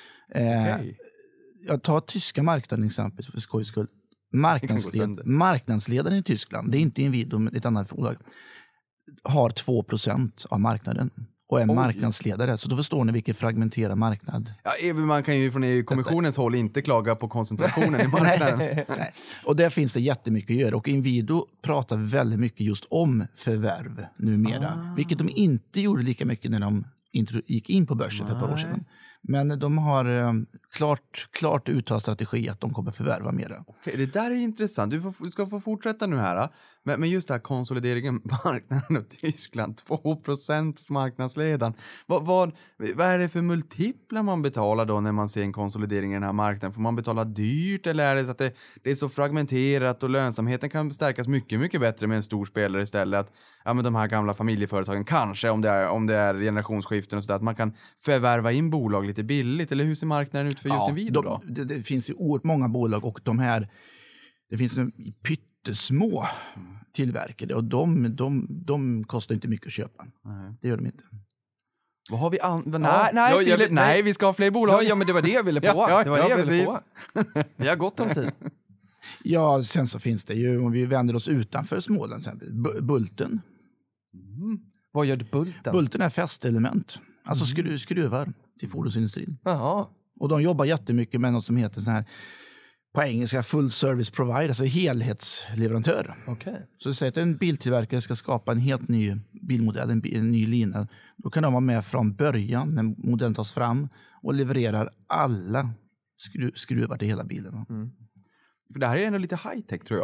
Jag tar tyska marknaden exempel för skojs skull. Marknadsledaren i Tyskland, det är inte Inwido men ett annat bolag, har 2% av marknaden. Och är marknadsledare. Så då förstår ni vilken fragmenterad marknad. Ja, man kan ju från EU-kommissionens håll inte klaga på koncentrationen i marknaden. Nej. Och där finns det jättemycket att göra. Och Inwido pratar väldigt mycket just om förvärv numera. Vilket de inte gjorde lika mycket när de gick in på börsen för ett par år sedan. Men de har klart uttalad strategi att de kommer förvärva mera. Okej, det där är intressant. Du ska få fortsätta nu här. Men just det här konsolideringen på marknaden av Tyskland. 2% marknadsledaren. Vad är det för multiplar man betalar då när man ser en konsolidering i den här marknaden? Får man betala dyrt eller är det så att det är så fragmenterat och lönsamheten kan stärkas mycket, mycket bättre med en stor spelare istället? Att ja, men de här gamla familjeföretagen kanske, om det är generationsskiften och sådär, att man kan förvärva in bolag lite billigt, eller hur ser marknaden ut för just Inwido då? Det finns ju oerhört många bolag och det finns pyttesmå tillverkare och de kostar inte mycket att köpa. Det gör de inte. Vad har vi nej, vi ska ha fler bolag. Ja, men det var det jag ville på. Vi har gott om tid. Ja, sen så finns det ju, om vi vänder oss utanför Småland, Bulten. Vad gör Bulten? Bulten är fästelement. Alltså skruvar till fordonsindustrin. Jaha. Och de jobbar jättemycket med något som heter så här, på engelska full service provider, alltså helhetsleverantör. Okay. Så säg att en biltillverkare ska skapa en helt ny bilmodell, en ny lina. Då kan de vara med från början när modellen tas fram och levererar alla skruvar till hela bilen. För det här är ändå lite high-tech tror jag.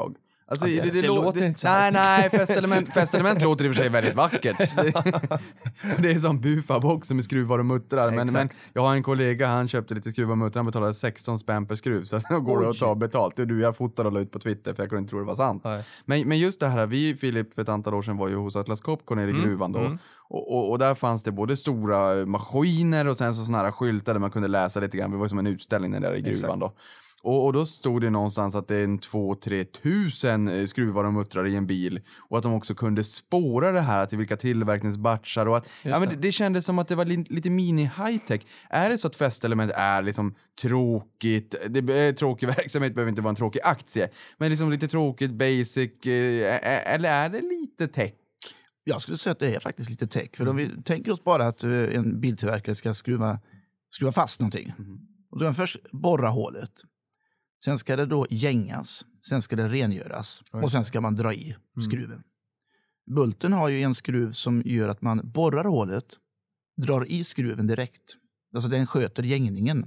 Alltså, Ja, det låter inte så nej, festelement låter i och för sig väldigt vackert. Det är som bufab som med skruvar och muttrar. Men jag har en kollega, han köpte lite skruvar och muttrar, han betalade 16 spänn per skruv. Så då går det att ta betalt. Jag fotade och la ut på Twitter för jag kunde inte tro det var sant. Men just det här, vi Filip för ett antal år sedan var ju hos Atlas Copco nere i gruvan då. Och där fanns det både stora maskiner och sen så såna här skyltar där man kunde läsa lite grann. Det var som en utställning där i gruvan då. Och då stod det någonstans att det är 2-3 tusen skruvar och muttrar i en bil. Och att de också kunde spåra det här till vilka tillverkningsbatchar. Och att, det kändes som att det var lite mini-high-tech. Är det så att festelement är liksom tråkigt? Tråkig verksamhet behöver inte vara en tråkig aktie. Men liksom lite tråkigt, basic. Eller är det lite tech? Jag skulle säga att det är faktiskt lite tech. För om vi tänker oss bara att en biltillverkare ska skruva fast någonting. Och då först borra hålet. Sen ska det då gängas. Sen ska det rengöras. Och sen ska man dra i skruven. Bulten har ju en skruv som gör att man borrar hålet. Drar i skruven direkt. Alltså den sköter gängningen.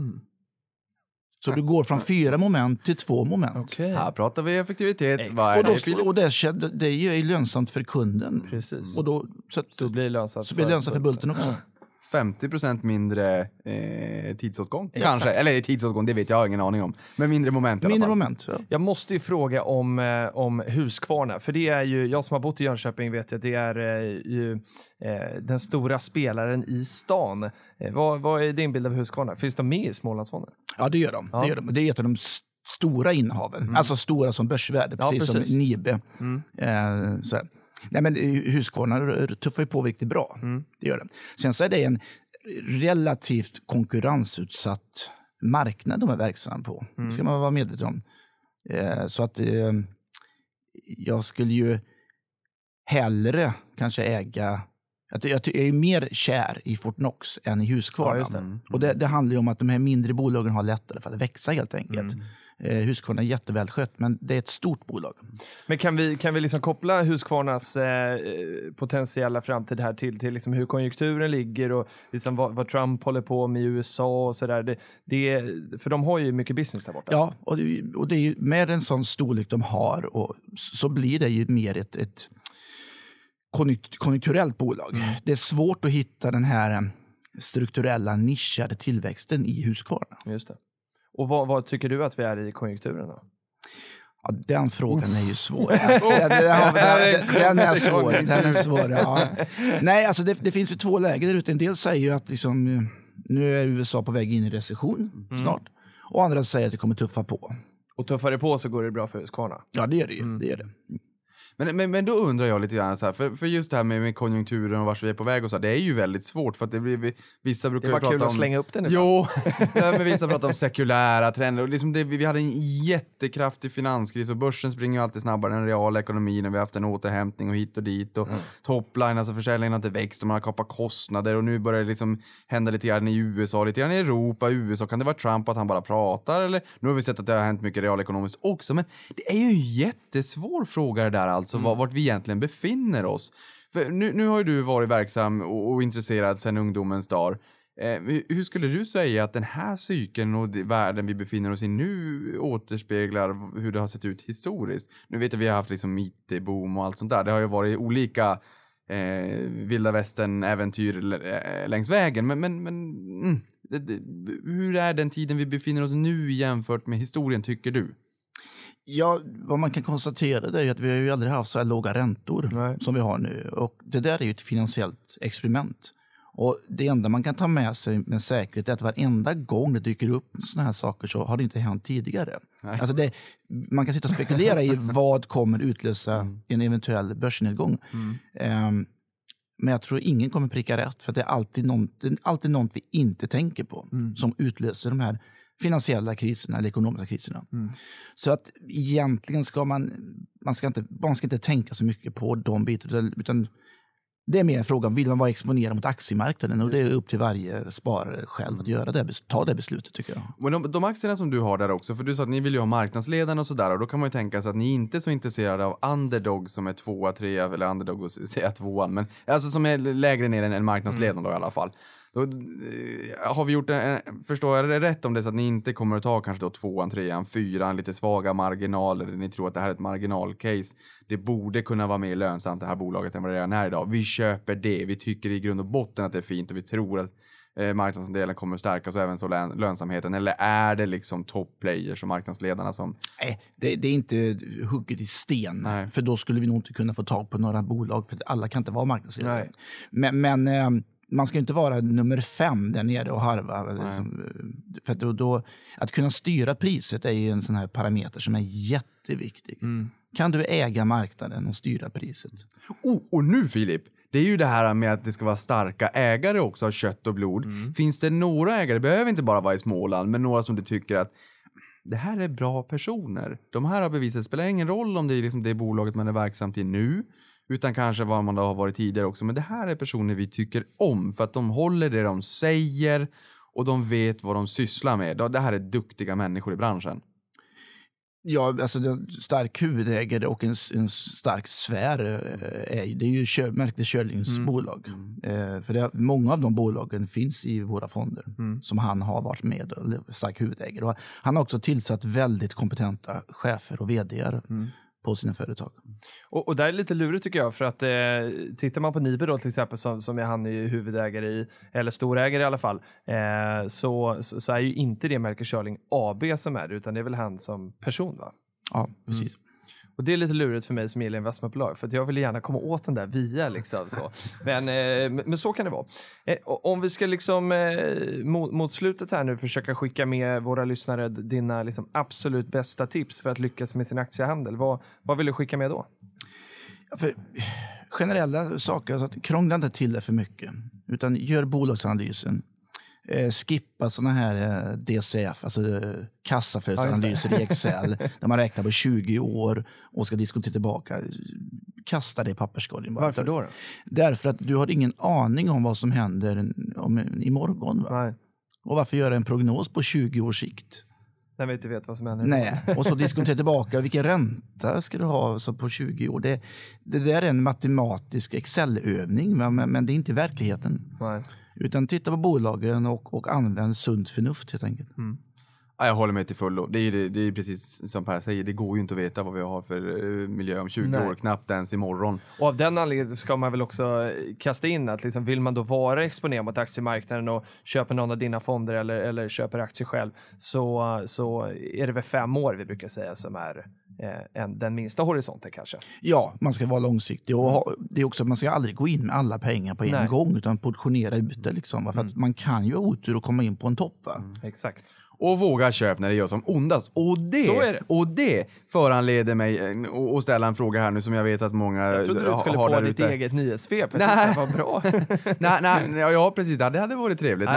Så du går från 4 moment till 2 moment. Här pratar vi effektivitet. Och det är ju lönsamt för kunden. Precis. Och då blir det lönsamt för Bulten också. 50% mindre tidsåtgång. Kanske. Eller tidsåtgång, det vet jag ingen aning om. Men mindre moment i alla fall. Moment, ja. Jag måste ju fråga om Husqvarna. För det är ju, jag som har bott i Jönköping vet att det är ju den stora spelaren i stan. Vad är din bild av Husqvarna? Finns de med i Smålandsfonden? Ja, det gör de. Ja. Det är ett av de stora innehaven. Alltså stora som börsvärde, precis som Nibe. Så. Nej, men Husqvarna tuffar ju på riktigt bra. Det gör det. Sen så är det en relativt konkurrensutsatt marknad de är verksamma på. Det ska man vara medveten om. Så att jag skulle ju hellre kanske äga... Jag är ju mer kär i Fortnox än i Husqvarna. Och det handlar ju om att de här mindre bolagen har lättare för att växa helt enkelt. Husqvarna är jättevälskött, men det är ett stort bolag. Men kan vi liksom koppla Husqvarnas potentiella framtid här till liksom hur konjunkturen ligger och liksom vad Trump håller på med i USA och sådär. För de har ju mycket business där borta. Ja, och det är ju med en sån storlek de har och så blir det ju mer ett konjunkturellt bolag. Det är svårt att hitta den här strukturella nischade tillväxten i Husqvarna. Just det. Och vad tycker du att vi är i konjunkturen då? Ja, den frågan är ju svår. Den är svår. Ja. Nej, alltså det finns ju 2 läger där ute. En del säger ju att liksom, nu är USA på väg in i recession snart. Och andra säger att det kommer tuffa på. Och tuffar det på så går det bra för Husqvarna? Ja, det gör det ju. Det gör det. Men då undrar jag lite grann så här, för just det här med konjunkturen och vart vi är på väg och så här, det är ju väldigt svårt för att det blir, vissa brukar prata om... Det var kul att slänga upp den ibland. Jo, men vissa pratar om sekulära trender och liksom vi hade en jättekraftig finanskris och börsen springer ju alltid snabbare än reala ekonomin och vi har haft en återhämtning och hit och dit och topline, alltså försäljningen har inte växt och man har kapat kostnader och nu börjar det liksom hända lite grann i USA, lite grann i Europa, USA, kan det vara Trump att han bara pratar eller? Nu har vi sett att det har hänt mycket realekonomiskt också, men det är ju en jättesvår fråga det där alltså, vart vi egentligen befinner oss. För nu har ju du varit verksam och intresserad sedan ungdomens dagar. Hur skulle du säga att den här cykeln och världen vi befinner oss i nu återspeglar hur det har sett ut historiskt? Nu vet jag att vi har haft liksom IT-boom och allt sånt där. Det har ju varit olika vilda västern-äventyr längs vägen. Men hur är den tiden vi befinner oss nu jämfört med historien, tycker du? Ja, vad man kan konstatera det är att vi har ju aldrig haft så här låga räntor som vi har nu. Och det där är ju ett finansiellt experiment. Och det enda man kan ta med sig med säkerhet är att varenda gång det dyker upp såna här saker så har det inte hänt tidigare. Alltså man kan sitta och spekulera i vad kommer utlösa en eventuell börsnedgång. Men jag tror ingen kommer pricka rätt för att det är alltid något vi inte tänker på som utlöser de här finansiella kriserna eller ekonomiska kriserna. Så att egentligen ska man ska inte tänka så mycket på de bitarna utan det är mer en fråga, vill man vara exponerad mot aktiemarknaden och det är upp till varje sparare själv att göra ta det beslutet tycker jag. Men de aktierna som du har där också, för du sa att ni vill ju ha marknadsledaren och sådär och då kan man ju tänka sig att ni inte är så intresserade av underdog som är 2, 3 eller underdog och säga 2, men alltså som är lägre ner än marknadsledaren då i alla fall. Då har vi gjort förstår jag det rätt om det så att ni inte kommer att ta kanske då 2an, 3an, 4an, lite svaga marginaler. Ni tror att det här är ett marginalcase. Det borde kunna vara mer lönsamt det här bolaget än vad det redan är idag. Vi köper det. Vi tycker i grund och botten att det är fint och vi tror att marknadsandelen kommer att stärkas och även så lönsamheten. Eller är det liksom topplayers och marknadsledarna som... Nej, det är inte hugget i sten. Nej. För då skulle vi nog inte kunna få tag på några bolag. För alla kan inte vara marknadsledare. Men man ska inte vara nummer 5 där nere och harva. Liksom, för då, att kunna styra priset är ju en sån här parameter som är jätteviktig. Kan du äga marknaden och styra priset? Och nu Filip, det är ju det här med att det ska vara starka ägare också av kött och blod. Finns det några ägare, det behöver inte bara vara i Småland, men några som du tycker att det här är bra personer. De här har bevisat, det spelar ingen roll om det är liksom det bolaget man är verksamt i nu, utan kanske vad man då har varit tidigare också. Men det här är personer vi tycker om för att de håller det de säger och de vet vad de sysslar med. Det här är duktiga människor i branschen. Ja, alltså det är en stark huvudägare och en stark sfär. Det är ju Märkte Kjörlings bolag. För många av de bolagen finns i våra fonder som han har varit med och stark huvudägare. Och han har också tillsatt väldigt kompetenta chefer och vd:ar på sina företag. Och där är lite lurigt tycker jag, för att tittar man på Nibe då till exempel som är han är huvudägare i, eller storägare i alla fall, så är ju inte det Märke Kjörling AB som är det, utan det är väl han som person, va? Ja, precis. Och det är lite lurigt för mig som gillar investmentbolag, för att jag vill gärna komma åt den där via liksom så. Men så kan det vara. Om vi ska liksom mot slutet här nu försöka skicka med våra lyssnare dina liksom absolut bästa tips för att lyckas med sin aktiehandel. Vad vill du skicka med då? Ja, för generella saker, alltså att krångla inte till det för mycket, utan gör bolagsanalysen. Skippa såna här DCF, alltså kassaflödesanalyser i Excel, där man räknar på 20 år och ska diskutera tillbaka. Kasta det i papperskorgen. Varför då? Därför att du har ingen aning om vad som händer imorgon. Va? Nej. Och varför göra en prognos på 20 års sikt? När vi inte vet vad som händer. Nej, och så diskutera tillbaka vilken ränta ska du ha så på 20 år. Det där är en matematisk Excel-övning, men det är inte verkligheten. Nej. Utan titta på bolagen och använd sunt förnuft helt enkelt. Ja, jag håller med till fullo. Det är precis som Per säger, det går ju inte att veta vad vi har för miljö om 20 år, knappt ens imorgon. Och av den anledningen ska man väl också kasta in att liksom, vill man då vara exponerad mot aktiemarknaden och köpa någon av dina fonder eller köper aktier själv, så är det väl 5 år vi brukar säga som är den minsta horisonten kanske. Ja, man ska vara långsiktig och det är också att man ska aldrig gå in med alla pengar på en gång, utan portionera ut det liksom, för att man kan ju ha otur och komma in på en topp, va? Exakt. Och våga köp när det gör som ondast. Och det föranleder mig att ställa en fråga här nu som jag vet att många har där ute. Jag trodde du skulle på ditt eget nyhetssvep. Nej. Vad bra. Ja, precis. Det hade varit trevligt.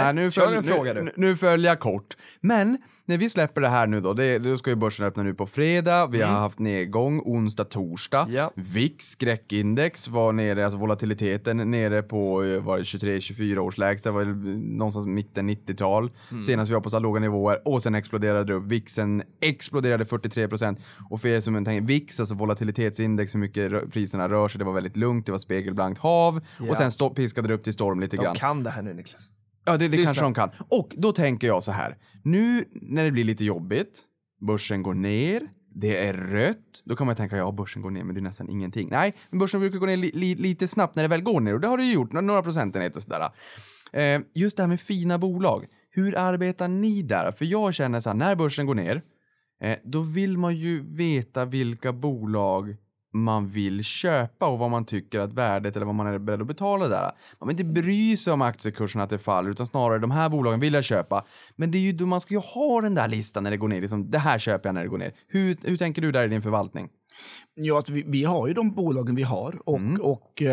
Nu följer jag kort. Men när vi släpper det här nu då ska ju börsen öppna nu på fredag. Vi har haft nedgång onsdag, torsdag. Ja. VIX, skräckindex var nere, alltså volatiliteten nere på 23-24 års lägsta. Det var någonstans mitten 90-tal. Senast vi var på så låga nivåer. Och sen exploderade det upp. VIXen exploderade 43%. Och för er som tänker, VIX, alltså volatilitetsindex, hur mycket priserna rör sig, det var väldigt lugnt. Det var spegelblankt hav. Ja. Och sen piskade det upp till storm lite grann. De kan det här nu, Niklas. Ja, det kanske de kan. Och då tänker jag så här. Nu när det blir lite jobbigt, börsen går ner, det är rött, då kan man tänka, ja, börsen går ner, men det är nästan ingenting. Nej, men börsen brukar gå ner lite snabbt när det väl går ner. Och det har det ju gjort, några procentenheter och sådär. Just det här med fina bolag. Hur arbetar ni där? För jag känner så här, när börsen går ner, då vill man ju veta vilka bolag man vill köpa och vad man tycker att värdet eller vad man är beredd att betala där. Man vill inte bry sig om aktiekursen att det faller, utan snarare de här bolagen vill jag köpa. Men det är ju då man ska ju ha den där listan när det går ner. Liksom, det här köper jag när det går ner. Hur tänker du där i din förvaltning? Ja, att vi har ju de bolagen vi har och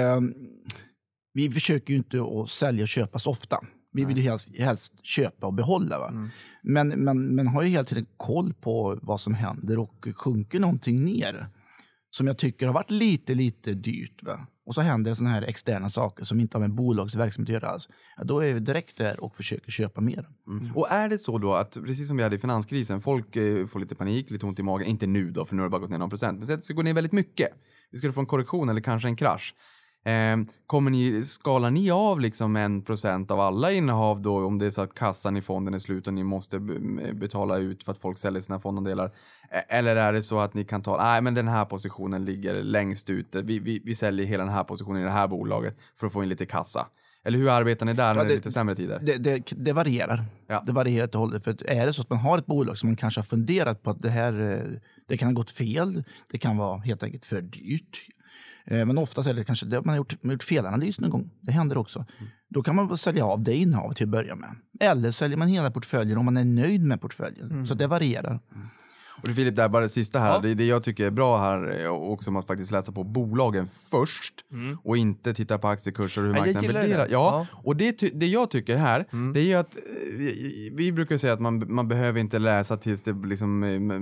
vi försöker ju inte att sälja och köpa så ofta. Vi vill ju helst köpa och behålla. Va? Men har ju hela tiden koll på vad som händer, och sjunker någonting ner som jag tycker har varit lite dyrt. Va? Och så händer såna här externa saker som inte har med bolagsverksamhet att göra alls. Ja, då är vi direkt där och försöker köpa mer. Och är det så då att, precis som vi hade i finanskrisen, folk får lite panik, lite ont i magen, inte nu då, för nu har det bara gått ner någon procent, men så att det ska gå ner väldigt mycket. Vi skulle få en korrektion eller kanske en krasch. Skalar ni av liksom 1% av alla innehav då, om det är så att kassan i fonden är slut och ni måste betala ut för att folk säljer sina fondandelar? Eller är det så att ni kan ta, men den här positionen ligger längst ute, vi säljer hela den här positionen i det här bolaget för att få in lite kassa? Eller hur arbetar ni där när det är lite sämre tider? Det varierar. Ja. Det varierar helt och hållet. För är det så att man har ett bolag som man kanske har funderat på att det kan ha gått fel, det kan vara helt enkelt för dyrt. Men oftast är det kanske man har gjort felanalys någon gång. Det händer också. Då kan man sälja av det innehavet till att börja med. Eller säljer man hela portföljen om man är nöjd med portföljen. Så det varierar. Och Filip, där bara det sista här. Ja. Det jag tycker är bra här är också att faktiskt läsa på bolagen först och inte titta på aktiekurser och hur marknaden värderar. Ja, och det jag tycker här, det är ju att vi brukar säga att man behöver inte läsa tills det liksom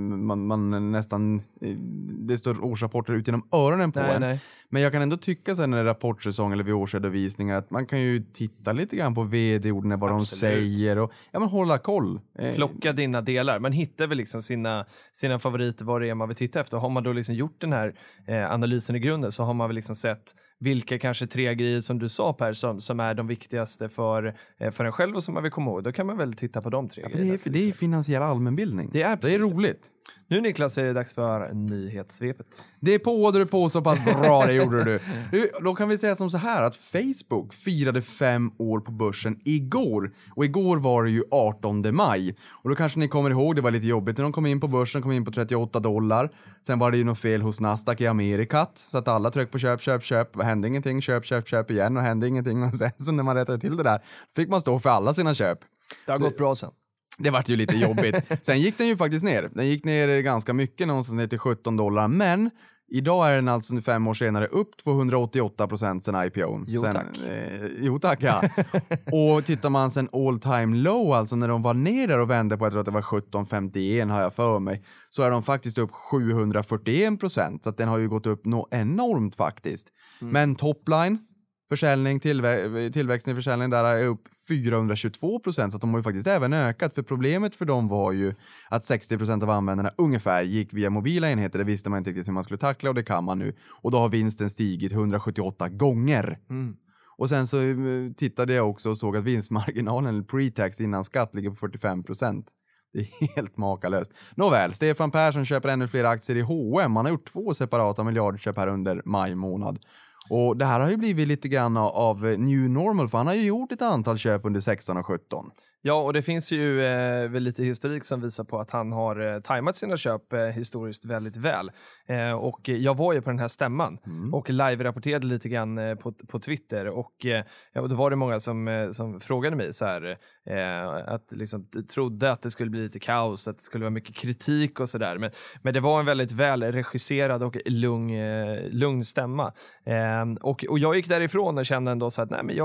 man nästan det står årsrapporter ut genom öronen på en. Nej. Men jag kan ändå tycka sen när det är rapportsäsong eller vid årsredovisningar att man kan ju titta lite grann på vd-orden, vad de säger och hålla koll. Plocka dina delar. Man hittar väl liksom sina favoriter, vad det är man vill titta efter. Har man då liksom gjort den här analysen i grunden så har man väl liksom sett vilka kanske 3 grejer som du sa Per som är de viktigaste för en själv och som man vill komma ihåg. Då kan man väl titta på de 3 grejerna. Det är finansiell allmänbildning. Det är roligt. Nu Niklas är det dags för nyhetssvepet. Det påade du på så pass bra, det gjorde du. Då kan vi säga som så här att Facebook firade 5 år på börsen igår. Och igår var det ju 18 maj. Och då kanske ni kommer ihåg, det var lite jobbigt när de kom in på börsen, kom in på $38. Sen var det ju något fel hos Nasdaq i Amerikat. Så att alla tryckte på köp. Hände ingenting, köp igen och hände ingenting. Och sen så när man rättade till det där fick man stå för alla sina köp. Det har gått bra sen. Det var ju lite jobbigt. Sen gick den ju faktiskt ner. Den gick ner ganska mycket, någonstans ner till $17. Men idag är den alltså 5 år senare upp 288% sen IPO:n. Jo tack, ja. Och tittar man sen all time low, alltså när de var ner där och vände på, jag tror att det var 17,51 har jag för mig, så är de faktiskt upp 741%. Så att den har ju gått upp enormt faktiskt. Men topline, försäljning, tillväxten i försäljning där är upp 422%, så att de har ju faktiskt även ökat. För problemet för dem var ju att 60% av användarna ungefär gick via mobila enheter. Det visste man inte riktigt hur man skulle tackla och det kan man nu. Och då har vinsten stigit 178 gånger. Och sen så tittade jag också och såg att vinstmarginalen pre-tax innan skatt ligger på 45%. Det är helt makalöst. Nåväl, Stefan Persson köper ännu fler aktier i H&M. Han har gjort 2 separata miljardköp här under maj månad. Och det här har ju blivit lite grann av new normal, för han har ju gjort ett antal köp under 16 och 17. Ja, och det finns ju väl lite historik som visar på att han har tajmat sina köp historiskt väldigt väl. Och jag var ju på den här stämman och live-rapporterade lite grann på Twitter. Och då var det många som frågade mig så här, att liksom trodde att det skulle bli lite kaos, att det skulle vara mycket kritik och sådär. Men det var en väldigt väl regisserad och lugn stämma. Och jag gick därifrån och kände ändå så att nej, men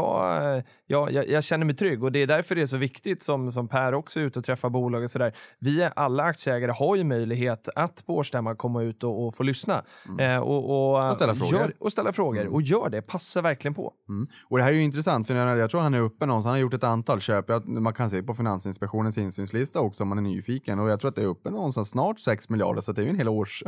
jag känner mig trygg, och det är därför det är så viktigt som Per också är ute och träffar bolag och sådär. Vi alla aktieägare har ju möjlighet att på årsstämman komma ut och få lyssna och ställa frågor. Och gör det, passa verkligen på. Och det här är ju intressant, för jag tror han är uppe någonstans, han har gjort ett antal köp. Man kan se på Finansinspektionens insynslista också om man är nyfiken, och jag tror att det är uppe någonstans snart 6 miljarder, så det är ju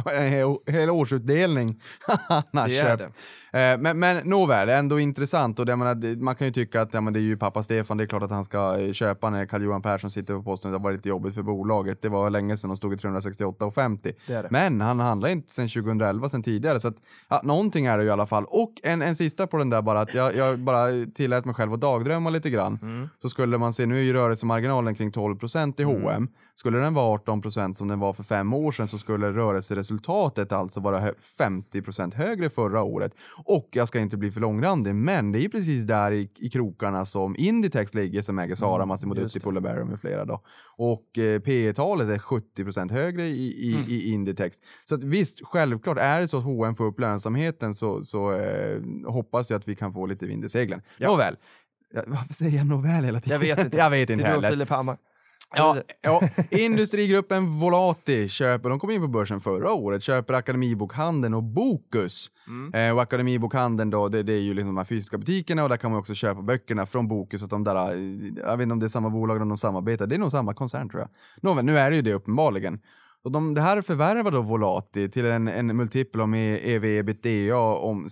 en hel årsutdelning. Det är det. Men nåväl, ändå intressant, och man kan ju tycka att det är ju pappa Stefan, det är klart att han ska köpa när Carl-Johan Persson sitter på posten. Det var lite jobbigt för bolaget. Det var länge sedan de stod i 368,50. Men han handlar inte sedan 2011, sedan tidigare, så att någonting är det ju i alla fall. Och en sista på den där bara, att jag bara tillät mig själv att dagdrömma lite grann. Så skulle man se, nu är ju rörelsemarginalen kring 12% i H&M. Skulle den vara 18% som den var för 5 år sedan, så skulle rörelseresultatet alltså vara 50% högre förra året. Och jag ska inte bli för långrandig, men det är precis där i krokarna som Inditex ligger, som äger Sara, Massimo Dutti, Pull&Bear med flera då. Och P/E-talet är 70% högre i Inditex. Så att visst, självklart är det så att H&M får upp lönsamheten, så hoppas jag att vi kan få lite vind i seglen. Ja. Nåväl. Varför säger jag nåväl hela tiden? Jag vet inte heller. Filip Hammar. Ja, industrigruppen Volati de kom in på börsen förra året, köper Akademibokhandeln och Bokus. Och Akademibokhandeln då, det är ju liksom de här fysiska butikerna, och där kan man också köpa böckerna från Bokus, att de där, jag vet inte om det är samma bolag, de samarbetar, det är nog samma koncern tror jag. Nåväl, nu är det ju det uppenbarligen. Och det här förvärvar då Volati till en multipel om EV/EBITDA om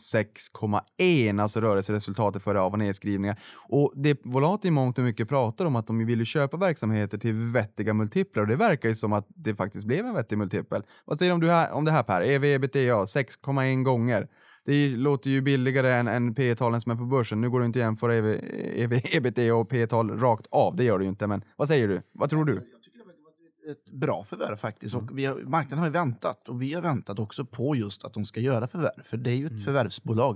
6,1, alltså rörelseresultatet före av- och nedskrivningar. Och det Volati i mångt och mycket pratar om att de vill köpa verksamheter till vettiga multiplar, och det verkar ju som att det faktiskt blev en vettig multipel. Vad säger du om det här Per? EV/EBITDA 6,1 gånger. Det låter ju billigare än P-talen som är på börsen. Nu går det inte att jämföra EV/EBITDA och P-tal rakt av. Det gör det ju inte. Men vad säger du? Vad tror du? Jag tycker det verkar vara ett bra förvärv faktiskt. Och marknaden har ju väntat. Och vi har väntat också på just att de ska göra förvärv. För det är ju ett förvärvsbolag.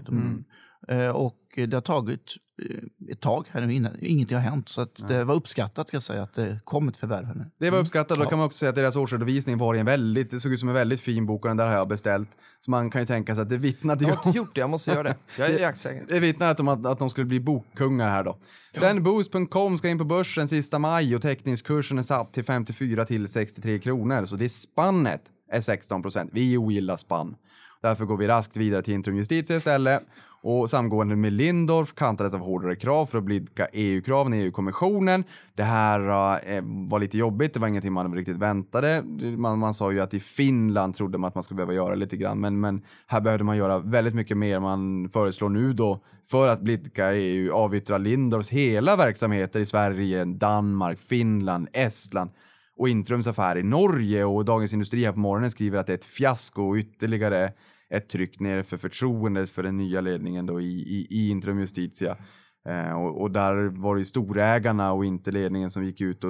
Och det har tagit ett tag här nu innan. Ingenting har hänt. Så att det var uppskattat, ska jag säga, att det kom ett förvärv här nu. Det var uppskattat. Då kan man också säga att deras årsredovisning var det såg ut som en väldigt fin bok, och den där har jag beställt. Så man kan ju tänka sig att det vittnade ju. Jag har inte gjort det, jag måste göra det. Jag är jaktsäker. Det vittnar att de skulle bli bokkungar här då. Sen Boost.com ska in på börsen sista maj och teckningskursen är satt till 54 till 63 kronor. Så det spannet är 16%. Vi ogillar spann. Därför går vi raskt vidare till Intrum Justitia istället. Och samgående med Lindorff kantades av hårdare krav för att blidka EU-kraven i EU-kommissionen. Det här var lite jobbigt, det var ingenting man riktigt väntade. Man sa ju att i Finland trodde man att man skulle behöva göra lite grann. Men här behövde man göra väldigt mycket mer. Man föreslår nu då för att blidka EU avyttra Lindorffs hela verksamheter i Sverige, Danmark, Finland, Estland. Och Intrums affär i Norge, och Dagens Industri här på morgonen skriver att det är ett fiasko och ytterligare ett tryck ner för förtroendet för den nya ledningen då i Intrum Justitia. Och där var det ju storägarna och inte ledningen som gick ut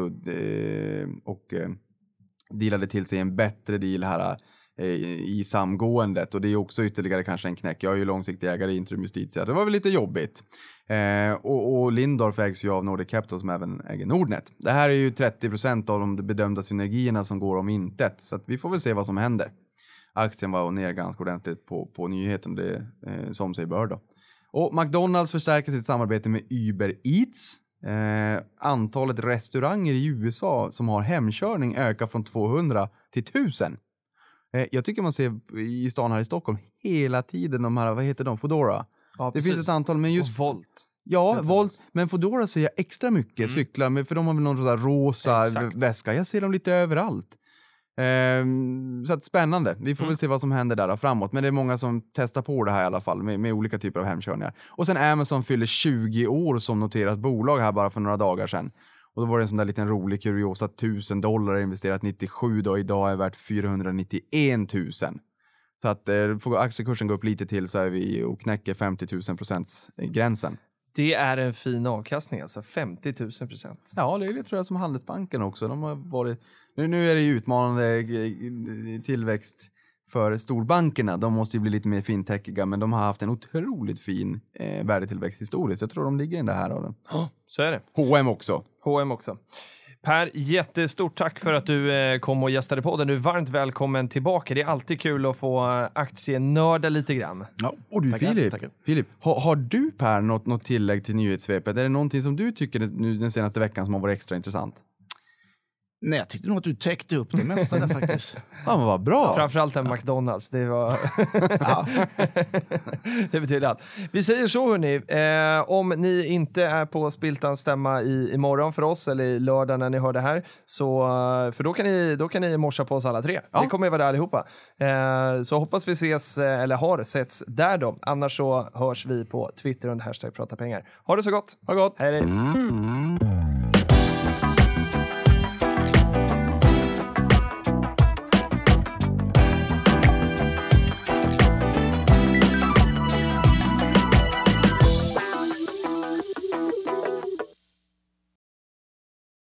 och dealade till sig en bättre deal här i samgåendet. Och det är också ytterligare kanske en knäck. Jag är ju långsiktig ägare i Intrum Justitia. Det var väl lite jobbigt. Och Lindorff ägs ju av Nordic Capital som även äger Nordnet. Det här är ju 30% av de bedömda synergierna som går om intet. Så att vi får väl se vad som händer. Aktien var ner ganska ordentligt på nyheten, det som sig bör då. Och McDonalds förstärker sitt samarbete med Uber Eats. Antalet restauranger i USA som har hemkörning ökar från 200 till 1000. Jag tycker man ser i stan här i Stockholm hela tiden de här, vad heter de? Foodora. Ja, det finns ett antal, men just och Volt. Ja, Volt, men Foodora ser jag extra mycket cyklar, för de har väl någon sån där rosa väska. Jag ser dem lite överallt. Så att spännande. Vi får väl se vad som händer där framåt. Men det är många som testar på det här i alla fall med olika typer av hemkörningar. Och sen Amazon fyller 20 år som noterat bolag här bara för några dagar sedan. Och då var det en sån där liten rolig kuriosa. $1,000 investerat 97 då. Idag är värt 491 000. Så att får aktiekursen gå upp lite till så är vi och knäcker 50 000% gränsen. Det är en fin avkastning, alltså 50 000%. Ja, det är det tror jag som Handelsbanken också. De har varit, nu är det ju utmanande tillväxt för storbankerna. De måste ju bli lite mer fintechiga, men de har haft en otroligt fin värdetillväxt historiskt. Jag tror de ligger i det här av den. Ja, så är det. H&M också. H&M också. Per, jättestort tack för att du kom och gästade podden. Du är varmt välkommen tillbaka. Det är alltid kul att få aktienörda lite grann. Ja, och du Filip, har du Per något tillägg till nyhetssvepet? Är det någonting som du tycker nu den senaste veckan som har varit extra intressant? Nej, jag tyckte nog att du täckte upp det mesta där faktiskt. Ja, men vad bra. Framförallt en McDonalds. Det var... det betyder allt. Vi säger så hörni. Om ni inte är på Spiltans stämma imorgon för oss eller i lördag när ni hör det här. För då kan ni morsa på oss alla tre. Ja. Vi kommer vara där allihopa. Så hoppas vi ses eller har setts där då. Annars så hörs vi på Twitter under #pratapengar. Ha det så gott. Ha det gott. Hej.